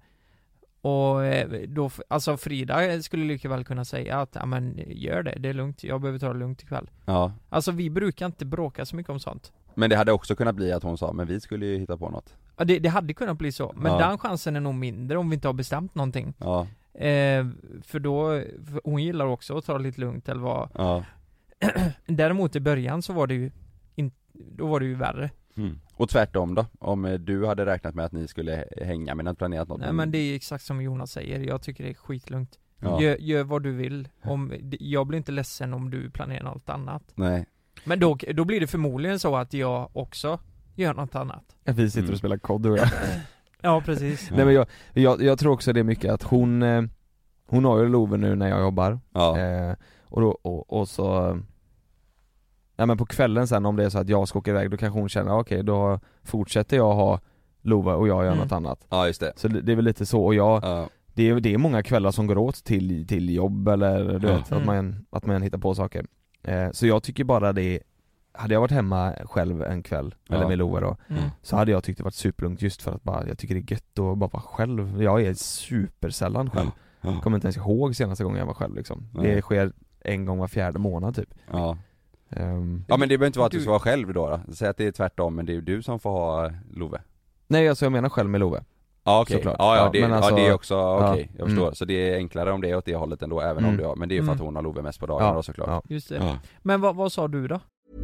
och eh, då, alltså Frida skulle lika väl kunna säga att ja men gör det, det är lugnt, jag behöver ta det lugnt ikväll. Ja. Alltså vi brukar inte bråka så mycket om sånt. Men det hade också kunnat bli att hon sa, men vi skulle ju hitta på något. Ja, det, det hade kunnat bli så, men Ja. den chansen är nog mindre om vi inte har bestämt någonting. Ja, Eh, för då, för hon gillar också att ta det lite lugnt eller vad. ja. Däremot i början så var det ju in, då var det ju värre. Mm. Och tvärtom då? Om eh, du hade räknat med att ni skulle hänga men inte planerat något? Nej men det är exakt som Jonas säger, jag tycker det är skitlugnt. Ja. Gör, gör vad du vill. Om, jag blir inte ledsen om du planerar något annat. Nej. Men då, då blir det förmodligen så att jag också gör något annat. Vi sitter Mm. och spelar kod och jag. Ja, precis. Nej men jag, jag, jag tror också det är mycket att hon eh, hon har ju Love nu när jag jobbar. Ja. Eh, och, då, och, och så ja, men på kvällen sen om det är så att jag ska åka iväg, då kanske hon känner okej, okay, då fortsätter jag ha Love och jag gör Mm. något annat. Ja, just det. Så det, det är väl lite så, och jag Ja. det är, det är många kvällar som går åt till, till jobb eller du Ja. vet, att Mm. man, att man hittar på saker. Eh, så jag tycker bara det, hade jag varit hemma själv en kväll, Ja. eller med Love då, Mm. så hade jag tyckt det varit superlugnt just för att bara, jag tycker det är gött att bara vara själv. Jag är supersällan själv. Ja. Kommer inte ens ihåg senaste gången jag var själv liksom. Nej. Det sker en gång var fjärde månad typ. Ja. Ehm, Ja, men det behöver inte vara att du Du- ska vara själv då, då. Säg att det är tvärtom, men det är ju du som får ha Love. Nej alltså jag menar själv med Love. Ja, okej. Såklart. Ja, ja, Ja, det, men alltså- ja, det är också, okej, ja. jag förstår. Mm. Så det är enklare om det är åt det hållet ändå, även om Mm. du har, men det är ju för att Mm. hon har Love mest på dagarna då, såklart. ja. Just det. Ja. Men vad, vad sa du då?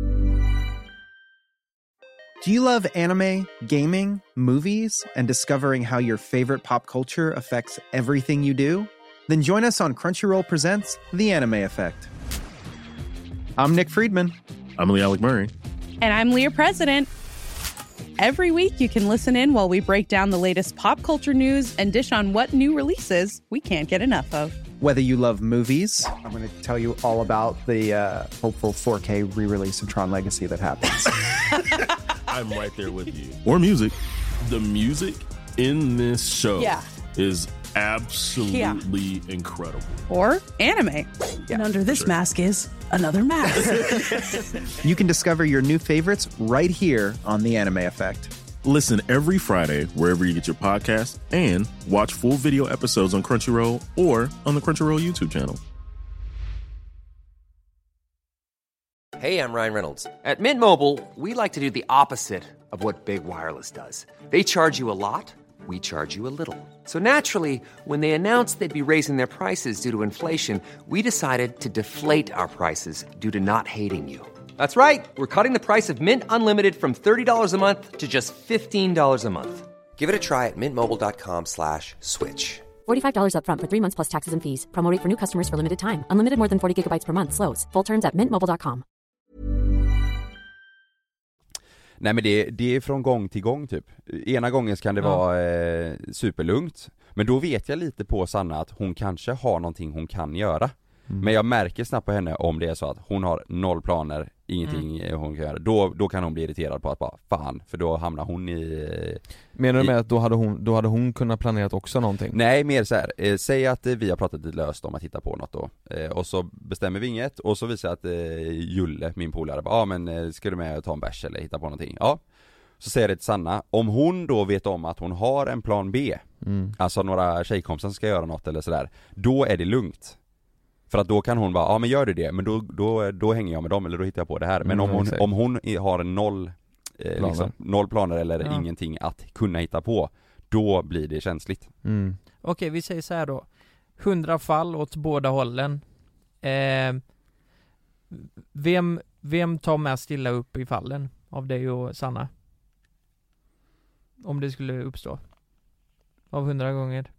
Do you love anime, gaming, movies, and discovering how your favorite pop culture affects everything you do? Then join us on Crunchyroll Presents The Anime Effect. I'm Nick Friedman. I'm Lee Alec Murray. And I'm Leah President. Every week, you can listen in while we break down the latest pop culture news and dish on what new releases we can't get enough of. Whether you love movies, I'm going to tell you all about the uh, hopeful four K re-release of Tron Legacy that happens. I'm right there with you. Or music. The music in this show Yeah. is absolutely incredible. Or anime. And under this mask is another mask. You can discover your new favorites right here on The Anime Effect. Listen every Friday wherever you get your podcast and watch full video episodes on Crunchyroll or on the Crunchyroll YouTube channel. Hey, I'm Ryan Reynolds. At Mint Mobile, we like to do the opposite of what Big Wireless does. They charge you a lot, we charge you a little. So naturally, when they announced they'd be raising their prices due to inflation, we decided to deflate our prices due to not hating you. That's right. We're cutting the price of Mint Unlimited from thirty dollars a month to just fifteen dollars a month. Give it a try at mintmobile.com slash switch. forty-five dollars up front for three months plus taxes and fees. Promo rate for new customers for limited time. Unlimited more than forty gigabytes per month slows. Full terms at mint mobile dot com. Nej, men det, det är från gång till gång typ. Ena gången kan det Ja. vara eh, superlugnt, men då vet jag lite på Sanna att hon kanske har någonting hon kan göra. Mm. Men jag märker snabbt på henne om det är så att hon har noll planer, ingenting Mm. hon kan göra. Då, då kan hon bli irriterad på att bara, fan, för då hamnar hon i... Menar du i- med att då hade hon, då hade hon kunnat planerat också någonting? Nej, mer så här. Eh, säg att eh, vi har pratat lite löst om att hitta på något då, eh, och så bestämmer vi inget, och så visar att eh, Julle, min polare, bara, ja ah, men eh, ska du med och ta en bärs eller hitta på någonting? Ja. Så säger det till Sanna, om hon då vet om att hon har en plan B, Mm. alltså några tjejkompisar som ska göra något eller sådär, då är det lugnt. För att då kan hon bara, ja men gör du det, men då, då, då hänger jag med dem eller då hittar jag på det här. Men Mm, om, hon, exakt. om hon i- har noll, eh, Planer. liksom, noll planer eller Ja. ingenting att kunna hitta på, då blir det känsligt. Mm. Okej, vi säger så här då. hundra fall åt båda hållen. Eh, vem, vem tar mest illa upp i fallen av dig och Sanna? Om det skulle uppstå. Av hundra gånger.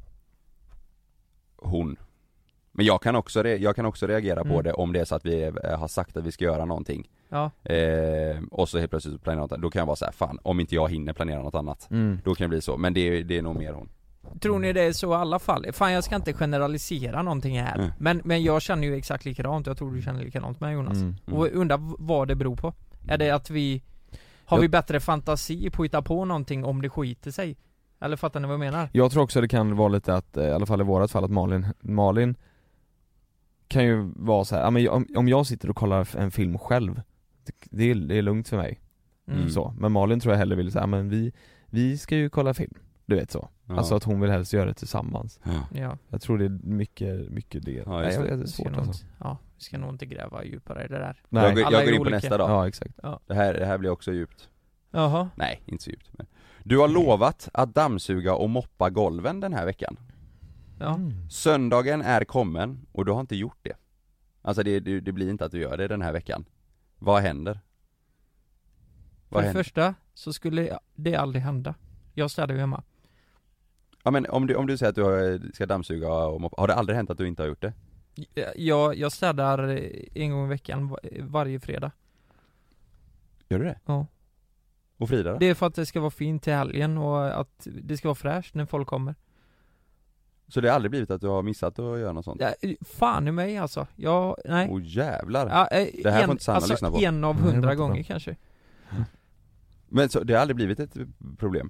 Hon. Men jag kan också, re- jag kan också reagera på Mm. det om det är så att vi eh, har sagt att vi ska göra någonting. Ja. Eh, och så helt plötsligt planerar något, då kan jag vara så här, fan, om inte jag hinner planera något annat, Mm. då kan det bli så. Men det, är- det är nog mer hon. Tror ni det är så i alla fall? Fan, jag ska inte generalisera någonting här. Mm. Men, men jag känner ju exakt likadant. Jag tror du känner likadant med Jonas. Mm. Mm. Och undrar v- vad det beror på. Är det att vi har Jag- vi bättre fantasi på att hitta på någonting om det skiter sig? Eller fattar ni vad jag menar? Jag tror också det kan vara lite att, eh, i alla fall i vårat fall, att Malin, Malin kan ju vara så här, ja, men om, om jag sitter och kollar en film själv, det, det, är, det är lugnt för mig. Mm. Så. Men Malin tror jag hellre vill säga, ja, men vi, vi ska ju kolla film. Du vet så. Ja. Alltså att hon vill helst göra det tillsammans. Ja. Ja. Jag tror det är mycket, mycket det. Ja, Nej, just jag det. vet, det är Vi ska, svårt nog, alltså. inte- ja, vi ska nog inte gräva djupare i det där. Nej. Jag, går- Alla jag är går in på olika. nästa då. Ja, exakt. Det här, det här blir också djupt. Jaha. Nej, inte så djupt. Men. Du har lovat att dammsuga och moppa golven den här veckan. Ja. Mm. Söndagen är kommen och du har inte gjort det. Alltså det, det, det blir inte att du gör det den här veckan. Vad händer? För Vad det händer? första så skulle det aldrig hända. Jag städar ju hemma. Ja, men om du, om du säger att du har- ska dammsuga och moppa, har det aldrig hänt att du inte har gjort det? Jag, jag städar en gång i veckan va- varje fredag. Gör du det? Ja. Och Frida då? Det är för att det ska vara fint till helgen och att det ska vara fräscht när folk kommer. Så det har aldrig blivit att du har missat att göra något sånt? Ja, fan i mig alltså. Jag, nej. Åh jävlar. Ja, eh, det här en, får inte Sanna alltså, lyssna på. en av Nej, det hundra låter gånger bra. kanske. Men så det har aldrig blivit ett problem?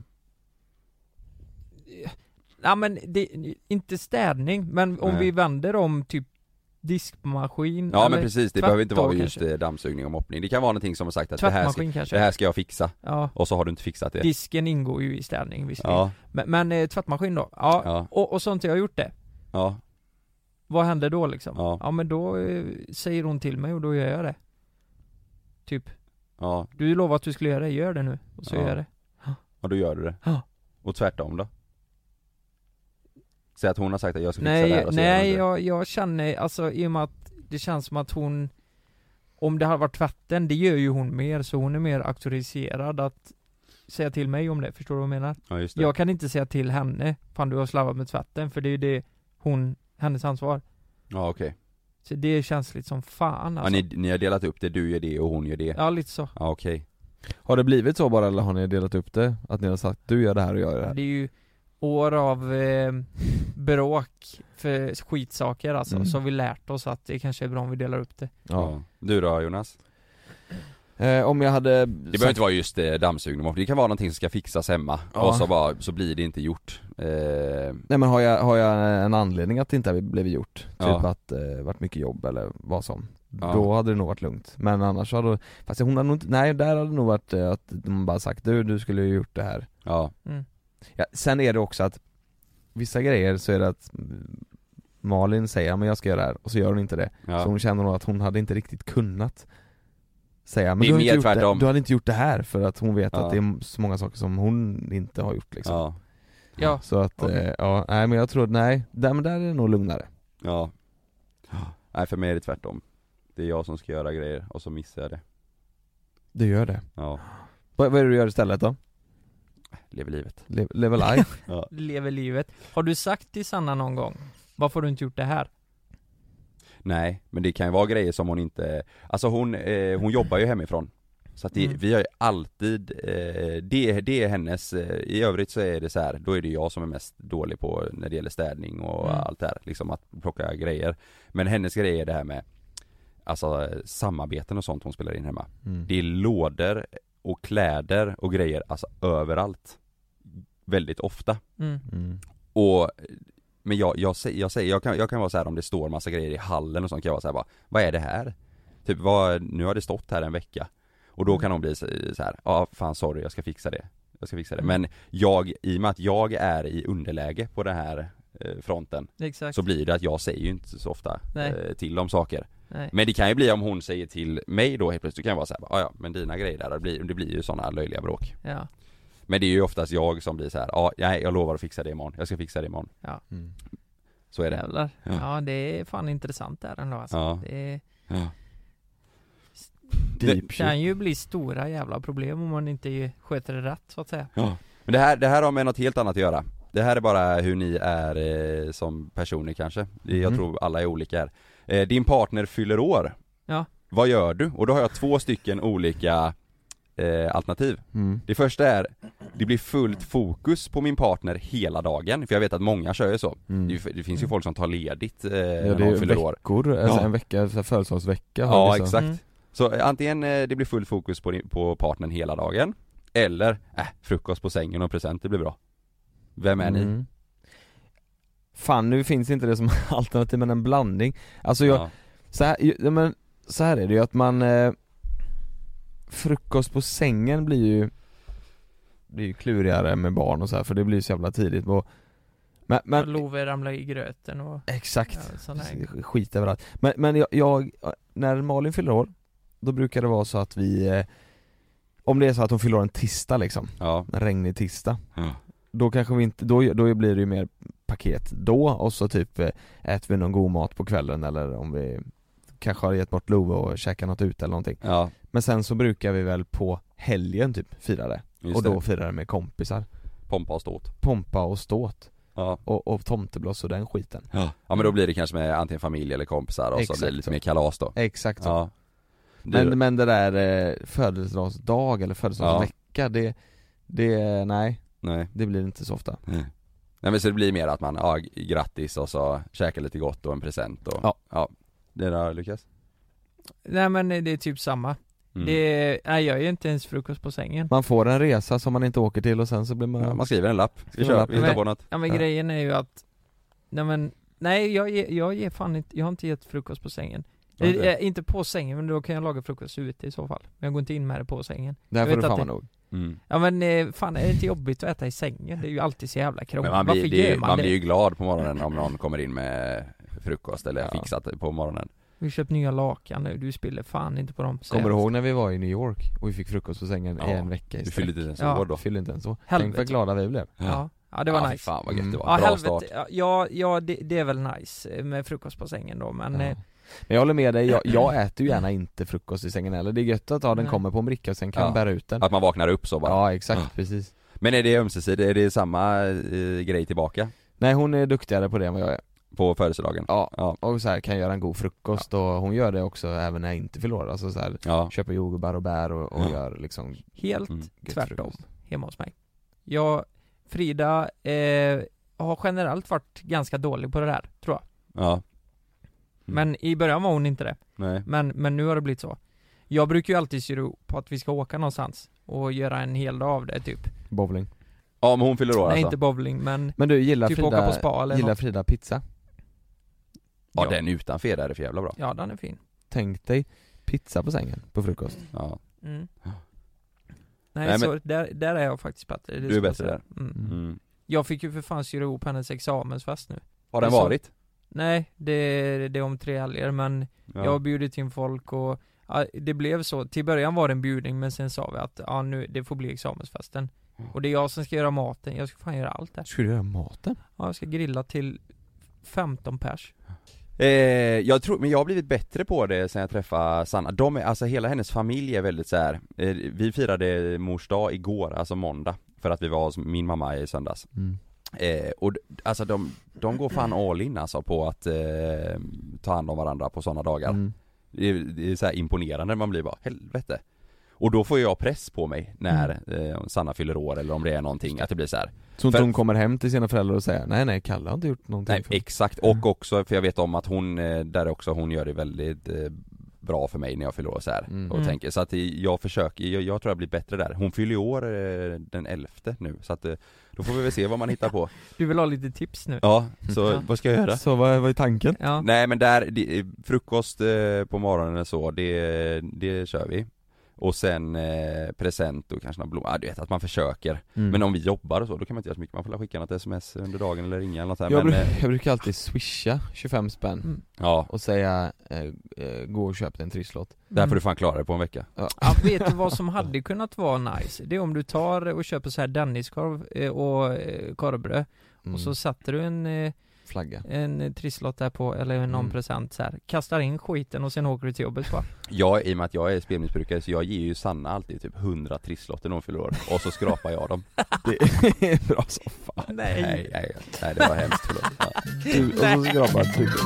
Ja men det, inte städning, men om Nej. vi vänder om typ diskmaskin Ja eller men precis, det tvätt behöver inte vara då just kanske. eh, dammsugning och moppning. Det kan vara någonting som har sagt att det här, ska, Tvättmaskin kanske. det här ska jag fixa. Ja. Och så har du inte fixat det. Disken ingår ju i städning visserligen. Ja, Men, men eh, tvättmaskin då? Ja, ja, Och, och sånt jag har gjort det. ja, Vad händer då liksom? Ja. Ja men då eh, säger hon till mig och då gör jag det. Typ, ja. du lovade att du skulle göra det, gör det nu. Och så Ja. gör jag det. Och då gör du det. Ja. Och tvärtom då? Säg att hon har sagt att jag ska fixa det Nej, här och så gör nej hon det. jag, jag känner, alltså i och med att det känns som att hon, om det hade varit tvätten, det gör ju hon mer, så hon är mer auktoriserad att säga till mig om det, förstår du vad jag menar? Ja just det. Jag kan inte säga till henne, fan du har slarvat med tvätten, för det är ju det hon, hennes ansvar. Ja okej. Så det känns lite som fan Ja, alltså. ni, ni har delat upp det, du gör det och hon gör det. Ja, lite så. Ja okej. Har det blivit så bara eller har ni delat upp det? Att ni har sagt du gör det här och jag gör det här? Det är ju år av eh, bråk för skitsaker alltså, Mm. så har vi lärt oss att det kanske är bra om vi delar upp det. Ja. Ja. Du då Jonas? Eh, om jag hade... Det behöver inte vara just eh, dammsugning, det kan vara någonting som ska fixas hemma. Ja. Och så bara, så blir det inte gjort. Eh, Nej men har jag, har jag en anledning att det inte har blivit gjort? Typ Ja. att det eh, varit mycket jobb eller vad som. Ja. Då hade det nog varit lugnt. Men annars hade, fast hon hade nog inte, nej där hade det nog varit eh, att de bara sagt du, du skulle ju gjort det här. ja. Mm. Ja, sen är det också att vissa grejer så är det att mm, Malin säger ja, men jag ska göra det här och så gör hon inte det. Ja. Så hon känner nog att hon hade inte riktigt kunnat säga men Det är du, har inte mer gjort det, tvärtom. du hade inte gjort det här för att hon vet Ja. att det är så många saker som hon inte har gjort liksom. Ja. Ja. Så att, Okej. eh, ja, nej men jag tror, nej, där, men där är det nog lugnare. Ja. Nej för mig är det tvärtom. Det är jag som ska göra grejer och så missar jag det. Du gör det. Ja. Vad, vad är det du gör istället då? Lever livet. Le- Level life? Ja. Lever livet. Har du sagt till Sanna någon gång, varför har du inte gjort det här? Nej, men det kan ju vara grejer som hon inte, alltså hon, eh, hon jobbar ju hemifrån. Så att det, Mm. vi har ju alltid, eh, det, det är hennes, eh, i övrigt så är det så här, då är det jag som är mest dålig på när det gäller städning och Mm. allt det här, liksom att plocka grejer. Men hennes grej är det här med, alltså samarbeten och sånt hon spelar in hemma. Mm. Det är lådor och kläder och grejer, alltså överallt. Väldigt ofta. Mm. Mm. Och men jag, jag, säger, jag, säger, jag, kan, jag kan vara så här om det står massa grejer i hallen och sånt, kan jag vara så här bara, vad är det här? Typ, vad, nu har det stått här en vecka. Och då kan de bli så, så här, ja fan sorry, jag ska fixa det. Jag ska fixa det. Men jag, i och med att jag är i underläge på den här eh, fronten, Exakt. så blir det att jag säger ju inte så ofta Nej. eh, till om saker. Nej. Men det kan ju bli om hon säger till mig då helt plötsligt, kan jag vara så här, ja ja, men dina grejer där, det blir, det blir ju sådana löjliga bråk. Ja. Men det är ju oftast jag som blir så här, ja nej, jag lovar att fixa det imorgon, jag ska fixa det imorgon. Ja. Mm. Så är det. Jävlar. Ja. Ja. Det är fan intressant där ändå alltså. Ja. Det är, Ja. Deep det kan ju bli stora jävla problem om man inte sköter det rätt så att säga. Ja. Men det här, det här har med något helt annat att göra. Det här är bara hur ni är eh, som personer kanske. Det- Jag Mm. tror alla är olika här. Eh, din partner fyller år. Ja. Vad gör du? Och då har jag två stycken olika eh, alternativ. Mm. Det första är, det blir fullt fokus på min partner hela dagen. För jag vet att många kör ju så. Mm. Det, är ju- det finns ju folk som tar ledigt eh, Ja, när det är de fyller år. veckor, alltså Ja. en vecka, så här födelsedagsvecka har Ja vissa. exakt. Mm. Så eh, antingen eh, det blir full fokus på, din- på partnern hela dagen. Eller, äh, frukost på sängen och present, det blir bra. Vem är ni? Mm. Fan, nu finns inte det som alternativ men en blandning. Alltså jag, Ja. så här, ju- ja, men så här är det ju att man eh, frukost på sängen blir ju blir ju klurigare med barn och så här, för det blir ju så jävla tidigt och, men, men Love ramlar i gröten och exakt, ja, sån här. skit överallt. Men, men jag, jag, när Malin fyller år, då brukar det vara så att vi eh, om det är så att hon fyller år en tisdag liksom, Ja. en regnig tisdag, Ja. då kanske vi inte, då, då blir det ju mer paket då, och så typ eh, äter vi någon god mat på kvällen, eller om vi kanske har gett bort Love och käkat något ute eller någonting. Ja, Men sen så brukar vi väl på helgen typ fira det, just och då det. firar det med kompisar, Pompa och ståt. pompa och ståt Ja. och, och tomtebloss och den skiten. Ja. Ja men då blir det kanske med antingen familj eller kompisar och så Exakt blir det lite så. mer kalas då. Exakt så. Ja. Men, men det där eh, födelsedagsdag eller födelsedagsvecka, det, det, nej, Nej. det blir inte så ofta. Nej. Nej men så det blir mer att man, ja, grattis och så käkar lite gott och en present och, Ja. ja. Det där, Lukas? Nej men det är typ samma. Mm. Det är, nej, jag gör inte ens frukost på sängen. Man får en resa som man inte åker till och sen så blir man... Ja, man skriver en lapp, vi Skriver kör, en lapp. vi hittar Men- på något. Ja men Ja. grejen är ju att, nej men, nej jag ger, jag ger fan inte, jag har inte gett frukost på sängen. Ja, det- Eh, inte på sängen, men då kan jag laga frukost ute i så fall. Men jag går inte in med det på sängen. Det här jag får du vet fan att vara nog. Mm. Ja men eh, fan, är det inte jobbigt att äta i sängen? Det är ju alltid så jävla krångligt. Men man blir, Varför det, gör man, man det? blir ju glad på morgonen om någon kommer in med frukost eller Ja. fixat på morgonen. Vi har köpt nya lakan nu, du spiller fan inte på dem. Kommer du ihåg när vi var i New York och vi fick frukost på sängen Ja. i en vecka i Du sträck? fyller inte ens Ja. år då. Jag fyllde inte ens så. Helvete. Tänk vad glada vi blev. Ja, ja det var Ja, fy nice. fan vad gött Mm. det var, Ja, bra helvete. start. Ja, ja det, det är väl nice med frukost på sängen då, men Ja. eh, Men jag håller med dig, jag, jag äter ju gärna inte frukost i sängen heller. Det är gött att ja, den Nej. kommer på en bricka och sen kan Ja. man bära ut den. Att man vaknar upp så bara. Ja exakt, Ja. precis. Men är det ömsesidigt, är det samma eh, grej tillbaka? Nej hon är duktigare på det än vad jag är. På födelsedagen? Ja, Ja. och så här kan göra en god frukost och hon gör det också även när jag inte förlorar. Alltså så här, Ja. köper jordgubbar och bär och, och Ja. gör liksom helt Mm. gött tvärtom frukost. hemma hos mig. Jag, Frida, eh, har generellt varit ganska dålig på det där, tror jag. Ja. Mm. Men i början var hon inte det. Nej. Men, men nu har det blivit så. Jag brukar ju alltid styra på att vi ska åka någonstans och göra en hel dag av det typ. Bowling. Ja men hon fyller år Nej alltså? inte bowling, men Men du, gillar typ Frida, åka på spa eller gillar något. Frida pizza? Ja, Ja. den utanför där är för jävla bra. Ja, den är fin. Tänk dig pizza på sängen på frukost. Ja. Mm. Ja. Nej, Nej, så där, där är jag faktiskt bättre. Det Du är ska jag bättre säga. där. Mm. Mm. Jag fick ju för fan styra ihop hennes examensfest nu. Har den Det är så- varit? Nej, det, det är om tre helger, men Ja. jag har bjudit in folk och ja, det blev så. Till början var det en bjudning, men sen sa vi att ja, nu, det får bli examensfesten. Och det är jag som ska göra maten, jag ska fan göra allt där. Ska du göra maten? Ja, jag ska grilla till femton pers. Eh, jag tror, men jag har blivit bättre på det sen jag träffade Sanna. De är, alltså hela hennes familj är väldigt så här. Eh, vi firade mors dag igår, alltså måndag. För att vi var hos min mamma i söndags. Mm. Eh, och d- alltså de, de går fan all in alltså på att eh, ta hand om varandra på sådana dagar. Mm. Det är, det är så här imponerande, man blir bara helvete. Och då får jag press på mig när eh, Sanna fyller år eller om det är någonting, att det blir så här. Så inte För- hon kommer hem till sina föräldrar och säger nej nej, Kalle har inte gjort någonting Nej, för exakt, och också för jag vet om att hon, eh, där också hon gör det väldigt eh, bra för mig när jag fyller år så här Mm. och Mm. tänker, så att jag försöker, jag, jag tror jag blir bättre där. Hon fyller ju år eh, den elfte nu, så att eh, då får vi väl se vad man hittar på. Du vill ha lite tips nu? Ja, så Ja. vad ska jag göra? Så vad, vad är tanken? Ja. Nej men där, det, frukost eh, på morgonen och så, det, det kör vi. Och sen eh, present och kanske någon blomma, ja, du vet att man försöker. Mm. Men om vi jobbar och så, då kan man inte göra så mycket. Man får skicka något sms under dagen eller ringa eller något här. jag, men, bruk, eh, jag brukar alltid swisha tjugofem spänn Mm. ja, och säga eh, eh, gå och köp en trisslott. där får du fan klara det på en vecka. Ja, vet du vad som hade kunnat vara nice? Det är om du tar och köper så här Denniskorv eh, och eh, korvbröd Mm. och så sätter du en, eh, Flagga. en eh, trisslott där på, eller någon Mm. present så här. Kastar in skiten och sen åker du till jobbet bara. Jag, i och med att jag är spelmissbrukare, så jag ger ju Sanna alltid typ hundra trisslotter när hon fyller år. Och så skrapar jag dem. Det är bra så fan. Nej. Nej, nej, nej det var hemskt, förlåt. Ja. Du, och så skrapar du.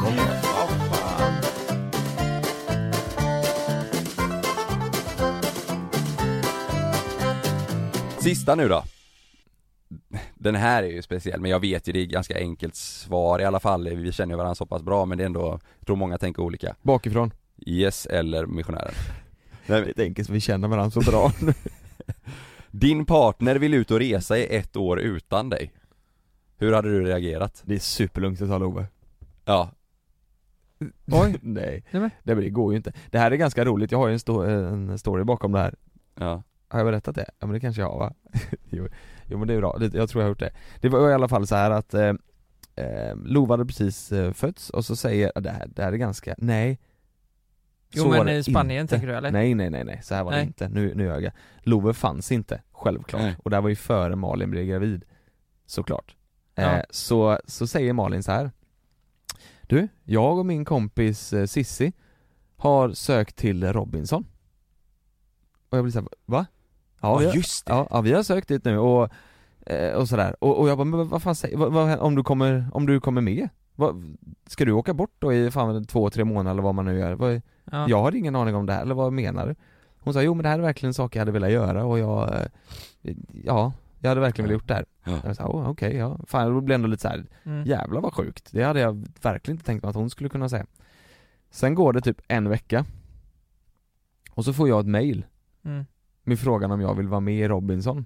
Sista nu då. Den här är ju speciell, men jag vet ju det är ganska enkelt svar i alla fall. Vi känner ju varandra så pass bra, men det är ändå, jag tror många tänker olika. Bakifrån. Yes eller missionären. Nej, det är enkelt, vi känner varandra så bra. Din partner vill ut och resa i ett år utan dig. Hur hade du reagerat? Det är superlugnt att ta Love. Ja. Oj. Nej, Nej, men. det, det går ju inte. Det här är ganska roligt, jag har ju en, sto- en story bakom det här. Ja. Har jag berättat det? Ja men det kanske jag har va? jo, jo men det är bra, det, jag tror jag har gjort det. Det var i alla fall så här att eh, eh, Love hade precis eh, fötts och så säger, det här, det här är ganska, nej. Jo Så var men det i Spanien inte. tänker du eller? Nej nej nej nej, så här var Nej. det inte, nu, nu ljög jag. Love fanns inte, självklart. Nej. Och det här var ju före Malin blev gravid. Såklart. Ja. Eh, så, så säger Malin så här. Du, jag och min kompis eh, Sissi har sökt till Robinson. Och jag blir såhär, va? Ja, vi har, just det. ja, ja, vi har sökt dit nu och, eh, och sådär. Och, och jag bara, men vad fan säger, vad, vad, om du kommer, om du kommer med? vad, ska du åka bort då i fan två, tre månader eller vad man nu gör? Vad, Ja. Jag har ingen aning om det här, eller vad menar du? Hon sa, jo men det här är verkligen saker jag hade velat göra och jag, eh, ja, jag hade verkligen velat gjort det här. Ja. Jag sa, oh, okej, okay, ja. Fan, det blev ändå lite så här, Mm. jävlar vad sjukt. Det hade jag verkligen inte tänkt mig att hon skulle kunna säga. Sen går det typ en vecka. Och så får jag ett mail Mm. med frågan om jag vill vara med i Robinson.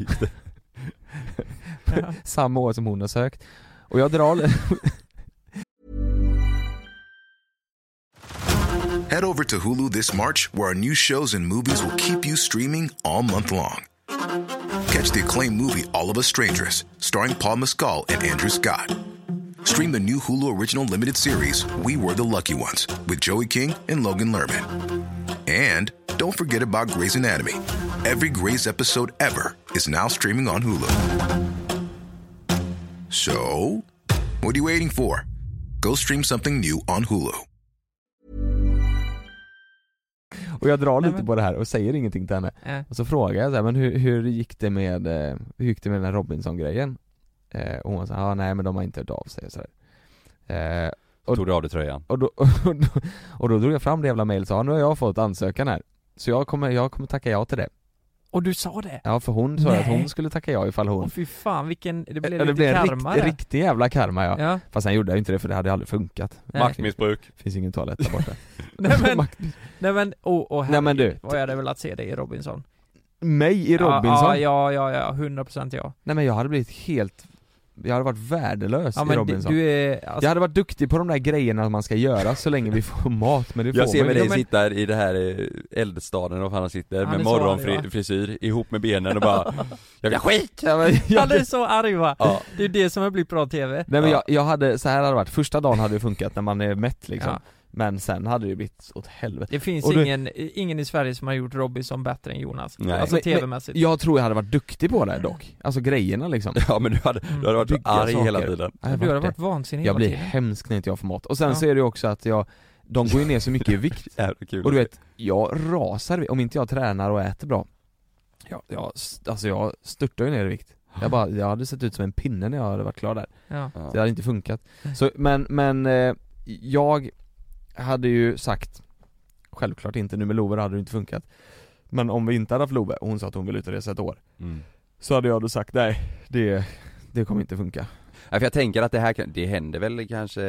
Ja. Samma år som hon har sökt. Och jag drar... Head over to Hulu this March, where our new shows and movies will keep you streaming all month long. Catch the acclaimed movie All of Us Strangers, starring Paul Mescal and Andrew Scott. Stream the new Hulu original limited series We Were the Lucky Ones with Joey King and Logan Lerman. And don't forget about Grey's Anatomy. Every Grey's episode ever is now streaming on Hulu. So, what are you waiting for? Go stream something new on Hulu. Och jag drar Nej, lite men... på det här och säger ingenting till henne. Äh. Och så frågar jag så här, men hur, hur gick det med eh, hur gick det med den här Robinson-grejen? Eh, och hon sa, ja ah, nej men de har inte hört av sig och sådär. Eh, och, Tog du av dig tröjan? och, då, och, då, och då drog jag fram det jävla mejl och sa, nu har jag fått ansökan här. Så jag kommer, jag kommer tacka ja till det. Och du sa det? Ja, för hon sa Nej. att hon skulle tacka ja ifall hon... Åh fy fan, vilken... Det blev Ja, lite det blev en karma rikt, där. riktig jävla karma, ja. Ja. Fast sen gjorde jag inte det för det hade aldrig funkat. Nej. Maktmissbruk. Finns ingen toalett där borta. Nej men, Makt- nej men, åh, åh Nej, men du- herregud, vad jag hade velat se dig i Robinson. Mig i Robinson? Ja, ja, ja, ja, hundra procent ja. Nej men jag hade blivit helt... Jag hade varit värdelös Ja i men Robinson. du, du är... Alltså, Jag hade varit duktig på de där grejerna man ska göra så länge vi får mat, men det Jag får ser man med ju. dig men- sitta här i det här eh, eldstaden och han sitter Han är med så arg, morgonfrisyr ihop med benen och bara jävla skit! Ja, men, jag, han är så arg va? Ja. Det är det som har blivit bra tv. nej men Ja. jag, jag hade, så här hade det varit, första dagen hade det funkat när man är mätt liksom. Ja. Men sen hade det blivit åt helvete. Det finns Och du- ingen, ingen i Sverige som har gjort Robinson bättre än Jonas. Nej. Alltså Men- tv-mässigt. Jag tror jag hade varit duktig på det dock. Alltså grejerna liksom. Ja men du hade, du hade varit så Bygga arg saker. hela tiden. Jag, Du har varit varit det. vansinnig jag hela blir tiden. hemsk när inte jag får mat. Och sen Ja. så är det ju också att jag, de går ju ner så mycket i vikt. Jävla kul. Och du vet, jag rasar om inte jag tränar och äter bra. Ja, jag, alltså jag störtar ju ner i vikt. Jag, bara, jag hade sett ut som en pinne när jag hade varit klar där. Ja. Ja. Det hade inte funkat. Så, men, men eh, jag hade ju sagt, självklart inte, nu med Love hade det inte funkat. Men om vi inte hade haft Love, och hon sa att hon ville ut och resa ett år, Mm. så hade jag då sagt, nej, det, det kommer inte funka. Ja, för jag tänker att det här kan, det händer väl kanske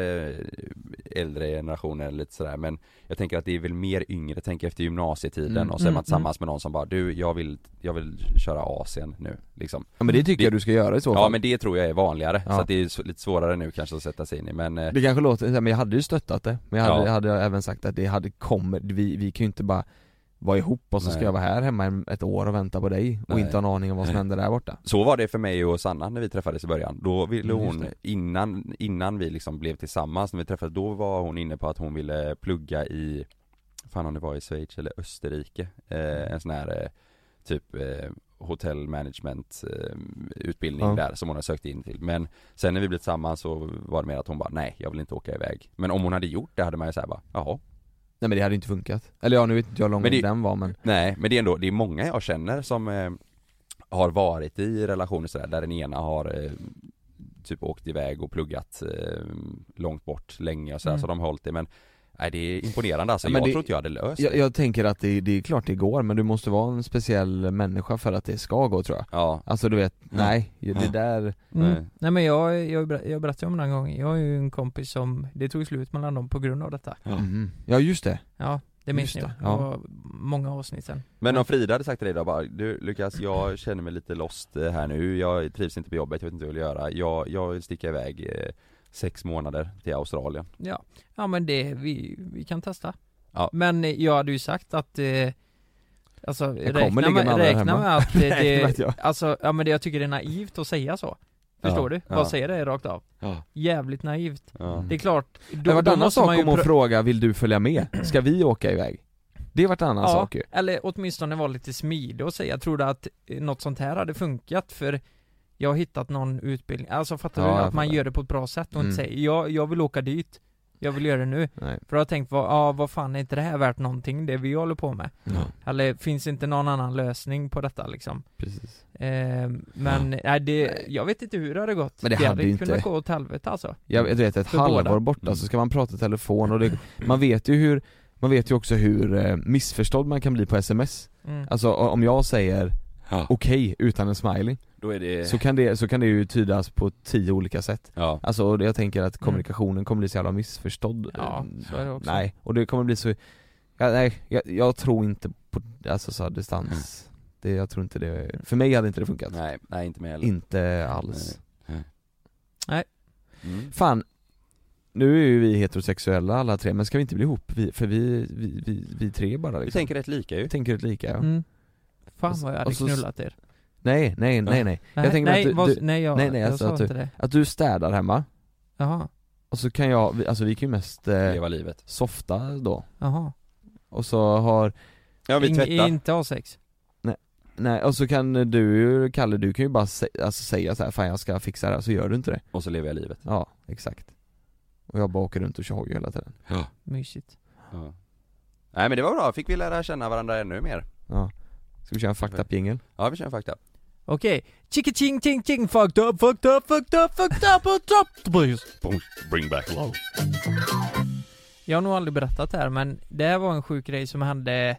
äldre generationer eller lite sådär, men jag tänker att det är väl mer yngre, tänker efter gymnasietiden Mm, och så är mm, man tillsammans med någon som bara, du jag vill, jag vill köra Asien nu liksom. Ja men det tycker Det- jag du ska göra i så fall. Ja men det tror jag är vanligare, Ja. så att det är så, lite svårare nu kanske att sätta sig in i, men eh, Det kanske låter, men jag hade ju stöttat det. Men jag hade, Ja. hade jag även sagt att det hade kommer, vi, vi kan ju inte bara vara ihop och så ska Nej. jag vara här hemma en- ett år och vänta på dig och Nej. inte ha en aning om vad som händer där borta. så var det för mig och Sanna när vi träffades i början. Då ville Mm, just hon, det. innan, innan vi liksom blev tillsammans när vi träffades, då var hon inne på att hon ville plugga i, fan om det var i Schweiz eller Österrike, eh, en sån här eh, typ eh, hotellmanagement eh, utbildning Ja. där som hon har sökt in till. Men sen när vi blev tillsammans så var det mer att hon bara, nej jag vill inte åka iväg. Men om hon hade gjort det hade man ju såhär bara, jaha. Nej men det hade inte funkat. Eller ja, nu vet inte jag hur lång Men det- den var men Nej, men det är ändå, det är många jag känner som eh, har varit i relationer sådär, där den ena har eh, typ åkt iväg och pluggat eh, långt bort länge och sådär, Mm. så de har hållit det, men nej, det är imponerande alltså. Ja, men jag det- tror inte jag hade löst jag, det. jag tänker att det, det är klart det går, men du måste vara en speciell människa för att det ska gå tror jag. Ja, Alltså du vet, nej, det där Mm. Nej. Nej men jag, jag, ber- jag berättade om den här gången. Jag har ju en kompis som, det tog slut mellan dem på grund av detta. Ja. Mhm. Ja just det. Ja, det minns Just ni det, det, ja. var många avsnitt sen. Men om Frida hade sagt till dig då bara, du Lukas, jag känner mig lite lost eh, här nu, jag trivs inte på jobbet, jag vet inte vad jag vill göra, jag, jag vill sticka iväg eh, sex månader till Australien. Ja, ja men det, vi, vi kan testa. Ja. Men eh, jag hade ju sagt att eh, alltså kommer räkna, ligga med med, andra räkna hemma. med att eh, Nej, det vet det, jag. alltså, ja men det, jag tycker det är naivt att säga så. Förstår Ja, du? ja. Bara säga det rakt av. Ja. Jävligt naivt. Ja. Det är klart, Det då, var en då annan måste man sak ju om att prö- fråga, vill du följa med? Ska vi åka iväg? Det var en annan Ja, sak ju. eller åtminstone vara lite smidig och säga, jag trodde att eh, något sånt här hade funkat för jag har hittat någon utbildning, alltså fattar Ja, du? jag Att man fattar. gör det på ett bra sätt och Mm. inte säger, jag, jag vill åka dit. jag vill göra det nu. Nej. För jag har tänkt, vad, ja, vad fan är inte det här värt någonting, det vi håller på med? Ja. Eller finns inte någon annan lösning på detta liksom? Precis. Eh, men ja. nej, det, jag vet inte hur det hade gått. Men det det hade hade inte kunnat gå åt helvete alltså. Jag vet, ett För halvår båda. borta Mm. så ska man prata i telefon och det, man vet ju hur man vet ju också hur eh, missförstådd man kan bli på sms. Mm. Alltså o- om jag säger Ja. okej utan en smiley, Då är det... så kan det så kan det ju tydas på tio olika sätt. Ja. Alltså och jag tänker att kommunikationen kommer bli så jävla missförstådd. Ja, så är det också. Nej, och det kommer bli så ja, nej, jag, jag tror inte på alltså så här, distans. Det, jag tror inte det, för mig hade inte det funkat. Nej, nej inte med heller. Inte alls. Nej. Nej. Mm. Fan, nu är ju vi heterosexuella alla tre, men ska vi inte bli ihop? Vi, för vi, vi, vi, vi tre bara liksom. Vi tänker rätt lika ju. Vi tänker rätt lika, ja. Mm. Fan Och så- vad jag hade och så- knullat er. Nej, nej, nej, nej. Nej, Jag tänker nej, att du, vad, du, nej, jag, nej, nej, jag alltså sa att du, inte det. att du städar hemma, Jaha, och så kan jag, vi- alltså vi kan ju mest eh, Leva livet. softa då. jaha. Och så har, Ja, vi Ing- tvättar. inte ha sex. nej, och så kan du, Kalle, du kan ju bara sä- alltså säga så här, fan jag ska fixa det här, så gör du inte det. Och så lever jag livet. Ja, exakt. Och jag bara åker runt och kör hoj hela tiden. Ja. Mysigt. Ja. Nej men det var bra, fick vi lära känna varandra ännu mer. Ja. Ska vi köra en fucked up jingle? Ja, vi kör en fakta. Okej, chicka ching ching ching, fucked up, fucked up, fucked up, fucked up, fucked up, please. Bring back love. Jag har nog aldrig berättat det här, men det här var en sjuk grej som hände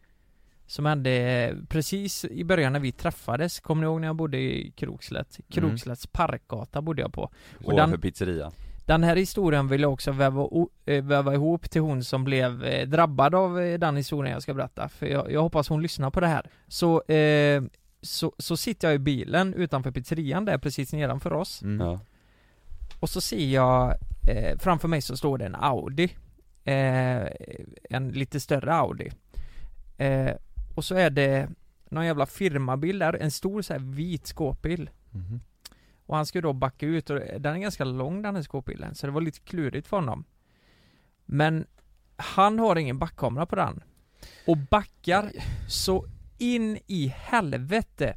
Som hände precis i början när vi träffades. Kommer ni ihåg när jag bodde i Krokslätt? Krokslätts parkgata bodde jag på. Och Och den, för pizzeria. den här historien vill jag också väva, o, eh, väva ihop till hon som blev eh, drabbad av eh, den historien jag ska berätta. För jag, jag hoppas hon lyssnar på det här. Så, eh, så, så sitter jag i bilen utanför pizzerian där precis nedanför oss. Mm. Ja. Och så ser jag eh, framför mig så står det en Audi. Eh, en lite större Audi. Eh, och så är det någon jävla firmabil där, en stor så här vit skåpbil. Mhm. Och han ska ju då backa ut, och den är ganska lång den här skåpbilen, så det var lite klurigt för honom. Men han har ingen backkamera på den. Och backar så in i helvete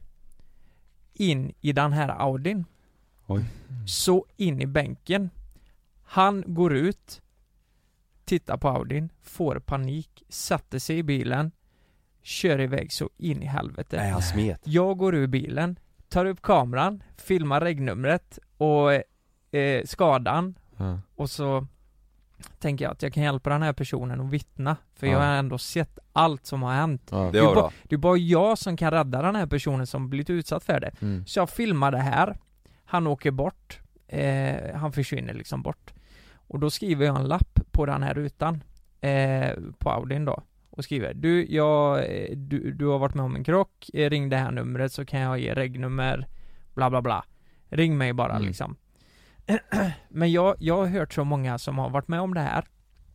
in i den här Audin. Oj. Så in i bänken. Han går ut, tittar på Audin, får panik, sätter sig i bilen, kör iväg så in i helvete. Nej, han smet. Jag går ur bilen, tar upp kameran, filmar regnumret och eh, skadan, Ja. och så tänker jag att jag kan hjälpa den här personen att vittna, för jag Ja. har ändå sett allt som har hänt. Ja. Det är var bara, bra. det är bara jag som kan rädda den här personen som blivit utsatt för det. Mm. Så jag filmar det här. Han åker bort. Eh, han försvinner liksom bort. Och då skriver jag en lapp på den här rutan. Eh, på Audin då. Och skriver, du, jag, du, du har varit med om en krock. Eh, ring det här numret så kan jag ge regnummer. Bla bla bla. Ring mig bara Mm. liksom. Men jag, jag har hört så många som har varit med om det här.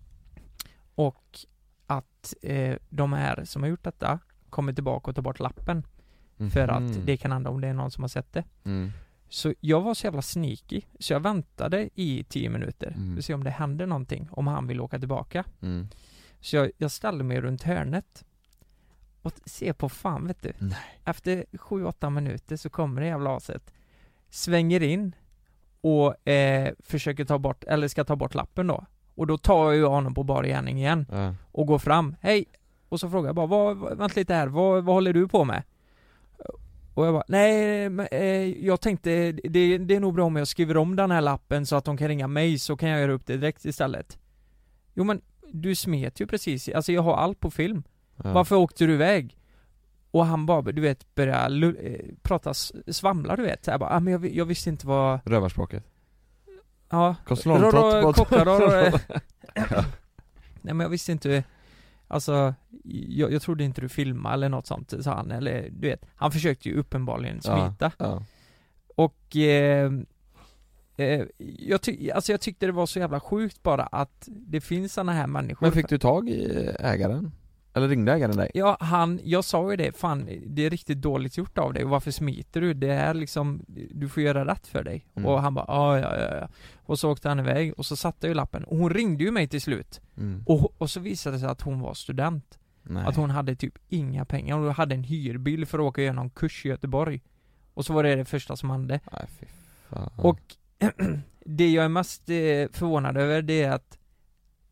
Och att eh, de här som har gjort detta kommer tillbaka och tar bort lappen. För Mhm. att det kan hända om det är någon som har sett det. Mm. Så jag var så jävla sneaky. Så jag väntade i tio minuter. Mm. För att se om det hände någonting. Om han vill åka tillbaka. Mm. Så jag, jag ställde mig runt hörnet. Och se på fan vet du. Nej. Efter sju åtta minuter så kommer det jävla aset. Svänger in. Och eh, försöker ta bort, eller ska ta bort lappen då. Och då tar jag ju honom på bar gärning igen. Ja. Och går fram. Hej! Och så frågar jag bara, vad, vad, vänta lite här, vad, vad håller du på med? Och jag bara, nej, men, eh, jag tänkte, det, det är nog bra om jag skriver om den här lappen så att de kan ringa mig, så kan jag göra upp det direkt istället. Jo men, du smet ju precis, alltså jag har allt på film. Ja. Varför åkte du iväg? Och han bara, du vet, började lu- eh, prata, s- svamla du vet. Så jag bara, ah, men jag, jag visste inte vad... Rövarspråket. Ja. Konsulentrott. Rå- rå- kockar, rå- rå- Nej men jag visste inte. Alltså, jag, jag trodde inte du filmade eller något sånt, sa han. Eller du vet, han försökte ju uppenbarligen smita. Ja. Och eh, eh, jag, ty- alltså jag tyckte det var så jävla sjukt bara att det finns såna här människor. Men fick du tag i ägaren? Eller ringde ägaren dig? Ja, han, jag sa ju det, fan det är riktigt dåligt gjort av dig, och varför smiter du? Det är liksom, du får göra rätt för dig. Mm. Och han bara, ja ja ja ja. Och så åkte han iväg, och så satte jag ju lappen, och hon ringde ju mig till slut. Mm. Och, och så visade det sig att hon var student. Nej. Att hon hade typ inga pengar, och hon hade en hyrbil för att åka igenom någon kurs i Göteborg. Och så var det det första som hände. Nej, fy fan. Och det jag är mest eh, förvånad över, det är att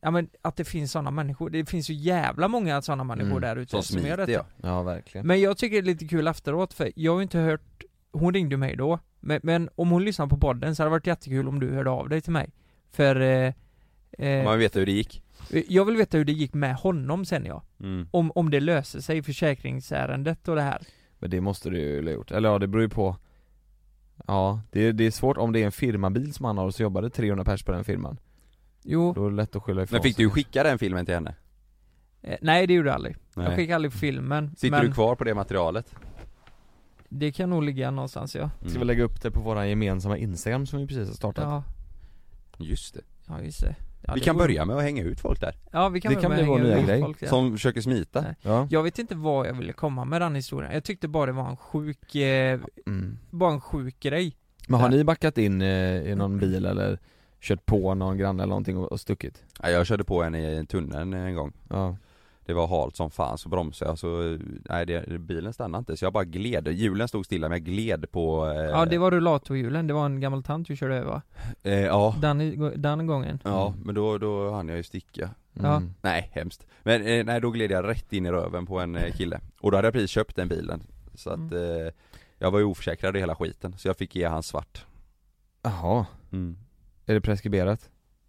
ja men att det finns sådana människor. Det finns ju jävla många sådana människor Mm. där ute Som som gör smiter, detta. ja. Ja, verkligen. Men jag tycker det är lite kul efteråt, för jag har ju inte hört, hon ringde mig då, men, men om hon lyssnar på podden så hade det varit jättekul om du hörde av dig till mig. För eh, eh, Man vet hur det gick. jag vill veta hur det gick med honom sen, ja. Mm. Om, om det löser sig, försäkringsärendet och det här. Men det måste du ju ha gjort. Eller ja, det beror ju på. Ja, det är, det är svårt om det är en firmabil som han har och så jobbade trehundra pers på den firman. Jo. Då är det lätt att skylla ifrån Men fick sig. du skicka den filmen till henne? Eh, nej, det gjorde jag aldrig. Nej. Jag skickade aldrig filmen. Sitter men du kvar på det materialet? det kan nog ligga någonstans, ja. Ska vi lägga upp det på våran gemensamma Instagram som vi precis har startat? Ja, Just det. ja just det. Ja, Vi det kan vore- börja med att hänga ut folk där. Ja, vi kan Det väl kan bli hänga vår nya ut grej. folk, ja. Som försöker smita. Nej. Ja. Jag vet inte vad jag ville komma med den historien. Jag tyckte bara det var en sjuk, eh, Mm. bara en sjuk grej. Men har Ja. ni backat in eh, i någon bil eller kört på någon granne eller någonting och, och stuckit? Ja, jag körde på en i tunneln en gång. Ja. Det var halt som fan, så bromsade jag så, nej det, bilen stannade inte så jag bara gled, hjulen stod stilla men jag gled på eh, Ja, det var rullatorhjulen. Det var en gammal tant du körde över. eh, Ja, Den, den gången. ja men då, då hann jag ju sticka. Ja. Mm. Nej, hemskt. Men eh, nej, då gled jag rätt in i röven på en eh, kille. Och då hade jag precis köpt den bilen. Så att eh, jag var ju oförsäkrad i hela skiten. Så jag fick ge han svart. Jaha, Mm. är det preskriberat?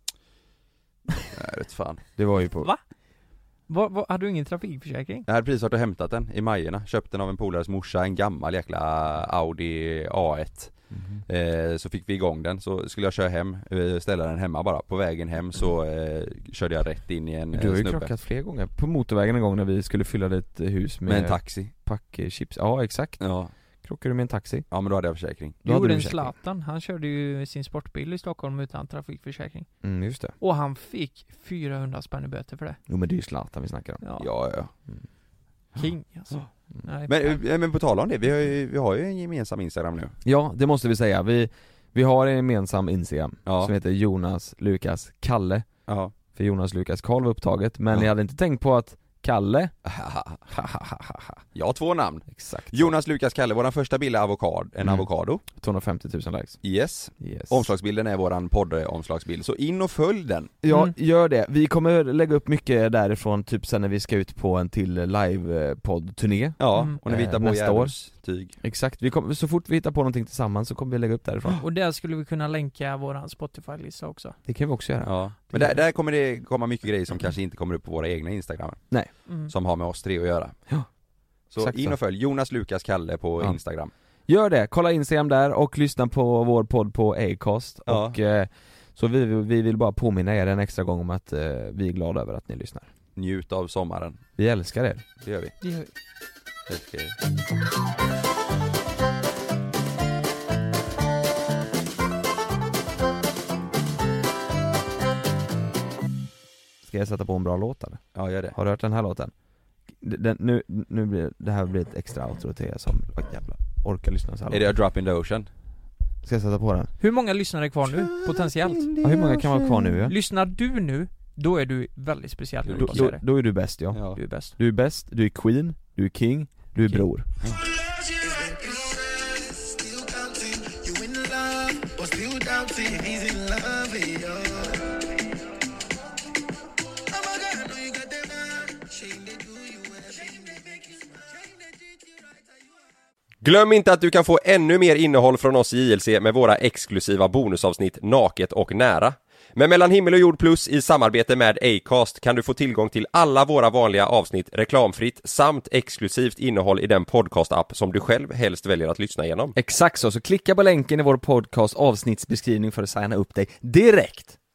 Nej, vet fan. Det var ju på... Va? Vad, vad, hade du ingen trafikförsäkring? Jag hade precis varit och hämtat den i Majerna. Köpt den av en polares morsa, en gammal jäkla Audi A ett. Mhm. Eh, så fick vi igång den, så skulle jag köra hem, eh, ställa den hemma bara. På vägen hem så eh, körde jag rätt in i en Du har ju snubbe. krockat fler gånger. På motorvägen en gång när vi skulle fylla ett hus med, Med en taxi. pack chips. Ja, exakt. Ja. Krockade du med en taxi? Ja, men då hade jag försäkring. Då hade Jo, du den försäkring. Zlatan. Han körde ju sin sportbil i Stockholm utan trafikförsäkring. Mm, just det. Och han fick fyrahundra spänn i böter för det. Jo, men det är ju Zlatan vi snackar om. Ja, Ja, ja. king alltså. Nej, Men, eh, men på tal om det, vi har ju, vi har ju en gemensam Instagram nu. Ja, det måste vi säga. Vi, vi har en gemensam Instagram Ja. som heter Jonas Lukas Kalle. Ja. För Jonas Lukas Karl var upptaget. Men Ja. jag hade inte tänkt på att Kalle... Jag har två namn. Exakt. Jonas Lukas Kalle, våran första bild är avokad, en Mm. avokado. tvåhundrafemtio tusen likes. Yes. Yes. Omslagsbilden är våran podd-omslagsbild, så in och följ den. Ja, Mm. gör det. Vi kommer lägga upp mycket därifrån, typ sen när vi ska ut på en till live-podd-turné. Ja, Mm. och när vi hittar Eh, på nästa år. tyg. Exakt, vi kommer, så fort vi hittar på någonting tillsammans så kommer vi lägga upp därifrån. Och där skulle vi kunna länka våran Spotify-lista också. Det kan vi också göra. Ja. Men där, där kommer det komma mycket grejer som kanske inte kommer upp på våra egna Instagram. Mm. Som har med oss tre att göra. Ja. Så Exakt in så. och följ Jonas Lukas Kalle på Ja. Instagram. Gör det, kolla Instagram där och lyssna på vår podd på Acast. Ja. Och eh, så vi, vi vill bara påminna er en extra gång om att eh, vi är glada över att ni lyssnar. Njut av sommaren. Vi älskar er. Det gör vi. Det gör vi. Älskar er. Ska jag sätta på en bra låt eller? Ja, gör det. Har du hört den här låten? Den, nu, nu blir det här blir ett extra outro till er som, oh, jävlar, orkar lyssna så här Är det långt. A Drop in the Ocean? Ska jag sätta på den? Hur många lyssnare är kvar nu, potentiellt? Ja, hur många kan vara kvar nu? Ja? Lyssnar du nu, då är du väldigt speciell. Då, Då, då, då är du bäst, ja. Ja. Du är bäst. Du är bäst, du är queen, du är king, du är King. bror. Glöm inte att du kan få ännu mer innehåll från oss i J L C med våra exklusiva bonusavsnitt Naket och nära. Men Mellan himmel och jord plus i samarbete med Acast kan du få tillgång till alla våra vanliga avsnitt reklamfritt samt exklusivt innehåll i den podcast-app som du själv helst väljer att lyssna igenom. Exakt så, så klicka på länken i vår podcast avsnittsbeskrivning för att signa upp dig direkt.